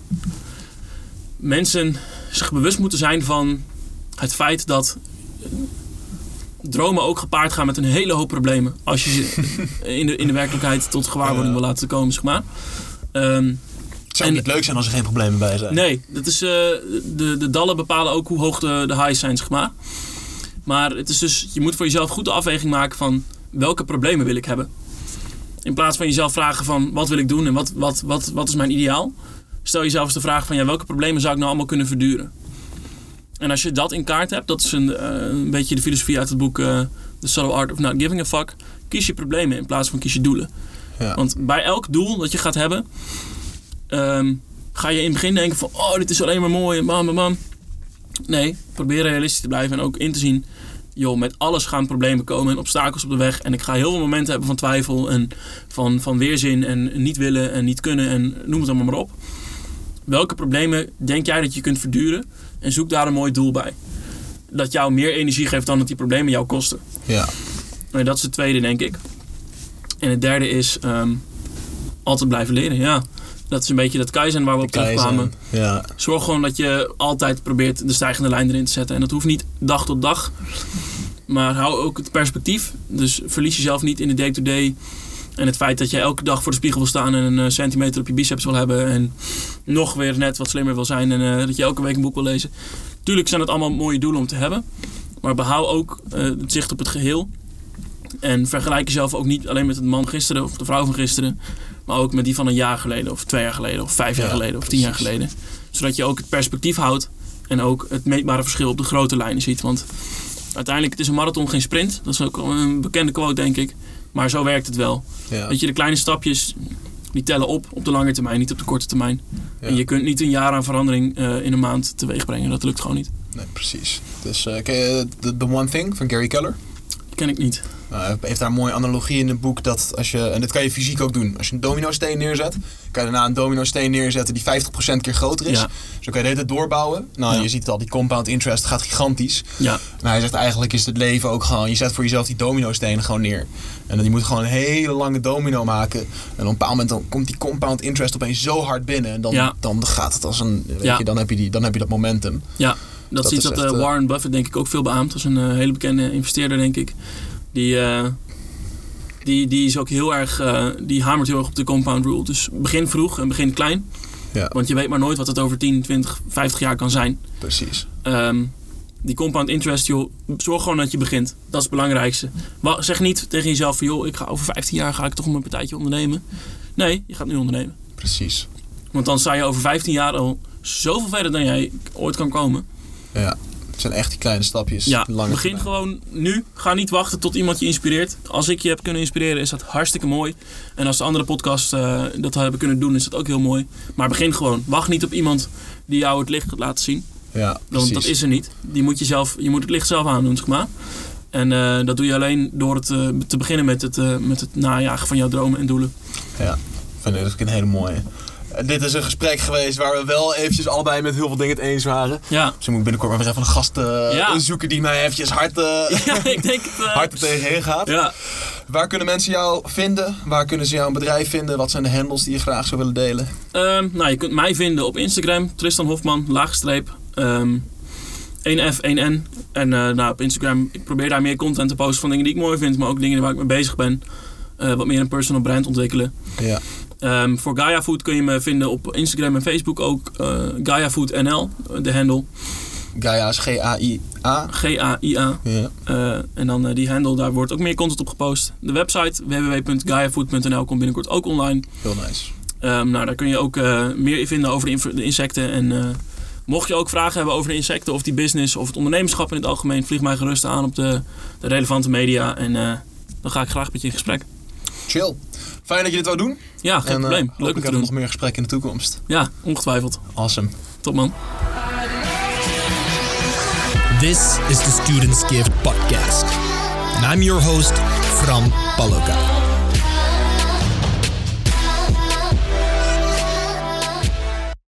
mensen zich bewust moeten zijn van het feit dat dromen ook gepaard gaan met een hele hoop problemen. Als je ze in de, in de werkelijkheid tot gewaarwording Ja. wil laten komen, zeg maar. Um, Het zou En- niet leuk zijn als er geen problemen bij zijn. nee, dat is, uh, de, de dallen bepalen ook hoe hoog de, de highs zijn, zeg maar. Maar het is dus, je moet voor jezelf goed de afweging maken van welke problemen wil ik hebben. In plaats van jezelf vragen van wat wil ik doen en wat, wat, wat, wat is mijn ideaal. Stel jezelf eens de vraag van ja, welke problemen zou ik nou allemaal kunnen verduren. En als je dat in kaart hebt, dat is een, uh, een beetje de filosofie uit het boek uh, The Subtle Art of Not Giving a Fuck. Kies je problemen in plaats van kies je doelen. Ja. Want bij elk doel dat je gaat hebben, um, ga je in het begin denken van, oh, dit is alleen maar mooi en bam, bam, bam. Nee, probeer realistisch te blijven en ook in te zien, joh, met alles gaan problemen komen en obstakels op de weg. En ik ga heel veel momenten hebben van twijfel en van, van weerzin en niet willen en niet kunnen en noem het allemaal maar op. Welke problemen denk jij dat je kunt verduren? En zoek daar een mooi doel bij. Dat jou meer energie geeft dan dat die problemen jou kosten. Ja. En dat is het tweede, denk ik. En het derde is um, altijd blijven leren. Ja, dat is een beetje dat kaizen waar we op terugkwamen. Ja. Zorg gewoon dat je altijd probeert de stijgende lijn erin te zetten. En dat hoeft niet dag tot dag. Maar hou ook het perspectief. Dus verlies jezelf niet in de day-to-day. En het feit dat je elke dag voor de spiegel wil staan en een centimeter op je biceps wil hebben. En nog weer net wat slimmer wil zijn. En uh, dat je elke week een boek wil lezen. Tuurlijk zijn het allemaal mooie doelen om te hebben. Maar behoud ook uh, het zicht op het geheel. En vergelijk jezelf ook niet alleen met de man gisteren of de vrouw van gisteren. Maar ook met die van een jaar geleden of twee jaar geleden of vijf jaar ja, geleden of tien jaar geleden. Zodat je ook het perspectief houdt. En ook het meetbare verschil op de grote lijnen ziet. Want uiteindelijk, het is een marathon, geen sprint. Dat is ook een bekende quote, denk ik. Maar zo werkt het wel. Ja. Weet je, de kleine stapjes, die tellen op op de lange termijn, niet op de korte termijn. Ja. En je kunt niet een jaar aan verandering uh, in een maand teweeg brengen. Dat lukt gewoon niet. Nee, precies. Dus uh, ken je The, The One Thing van Gary Keller? Die ken ik niet. Nou, hij heeft daar een mooie analogie in het boek dat als je, en dit kan je fysiek ook doen, als je een domino-steen neerzet, kan je daarna een domino-steen neerzetten die vijftig procent keer groter is. Ja. Zo kan je de hele tijd doorbouwen. Nou, ja. Je ziet het al, die compound interest gaat gigantisch. Ja. Maar hij zegt eigenlijk is het leven ook gewoon, je zet voor jezelf die domino-stenen gewoon neer. En dan, je moet gewoon een hele lange domino maken. En op een bepaald moment dan komt die compound interest opeens zo hard binnen. En dan, ja. dan gaat het als een, weet ja. je, dan heb je, die, dan heb je dat momentum. Ja, dat, dat is iets dat uh, Warren Buffett denk ik ook veel beaamt. Dat is een uh, hele bekende investeerder, denk ik. Die, uh, die, die is ook heel erg, uh, die hamert heel erg op de compound rule. Dus begin vroeg en begin klein. Ja. Want je weet maar nooit wat het over tien, twintig, vijftig jaar kan zijn. Precies. Um, die compound interest, joh, zorg gewoon dat je begint. Dat is het belangrijkste. Zeg niet tegen jezelf van, joh, ik ga over vijftien jaar ga ik toch een partijtje ondernemen. Nee, je gaat nu ondernemen. Precies. Want dan sta je over vijftien jaar al zoveel verder dan jij ooit kan komen. Ja. Het zijn echt die kleine stapjes. Ja, begin termijn. Gewoon nu. Ga niet wachten tot iemand je inspireert. Als ik je heb kunnen inspireren, is dat hartstikke mooi. En als de andere podcasts uh, dat hebben kunnen doen, is dat ook heel mooi. Maar begin gewoon. Wacht niet op iemand die jou het licht gaat laten zien. Ja, want dat is er niet. Die moet je, zelf, je moet het licht zelf aandoen, zeg maar. En uh, dat doe je alleen door het, uh, te beginnen met het, uh, met het najagen van jouw dromen en doelen. Ja, vind ik dat een hele mooie. Dit is een gesprek geweest waar we wel eventjes allebei met heel veel dingen het eens waren. Ja. Dus ik moet binnenkort maar weer even een gast uh, ja. zoeken die mij eventjes hard, uh, ja, ik denk het, uh... hard er tegenheen gaat. Ja. Waar kunnen mensen jou vinden? Waar kunnen ze jouw bedrijf vinden? Wat zijn de handles die je graag zou willen delen? Um, nou, je kunt mij vinden op Instagram. Tristan Hofman, laagstreep. Um, één F, één N. En uh, nou, op Instagram, ik probeer daar meer content te posten van dingen die ik mooi vind. Maar ook dingen waar ik mee bezig ben. Uh, wat meer een personal brand ontwikkelen. Ja. Um, voor Gaia Food kun je me vinden op Instagram en Facebook ook. Uh, Gaia Food N L, de handle. Gaia is G A I A. G A I A. Ja. Uh, en dan uh, die handle, daar wordt ook meer content op gepost. De website w w w punt gaiafood punt n l komt binnenkort ook online. Heel nice. Um, nou, daar kun je ook uh, meer vinden over de, inf- de insecten. En uh, mocht je ook vragen hebben over de insecten of die business of het ondernemerschap in het algemeen, vlieg mij gerust aan op de, de relevante media. En uh, dan ga ik graag met je in gesprek. Chill. Fijn dat je dit wou doen. Ja, geen en, probleem. Uh, Leuk om te doen. Nog meer gesprekken in de toekomst. Ja, ongetwijfeld. Awesome. Top man. This is the Students Gift Podcast. And I'm your host, Fran Paloka.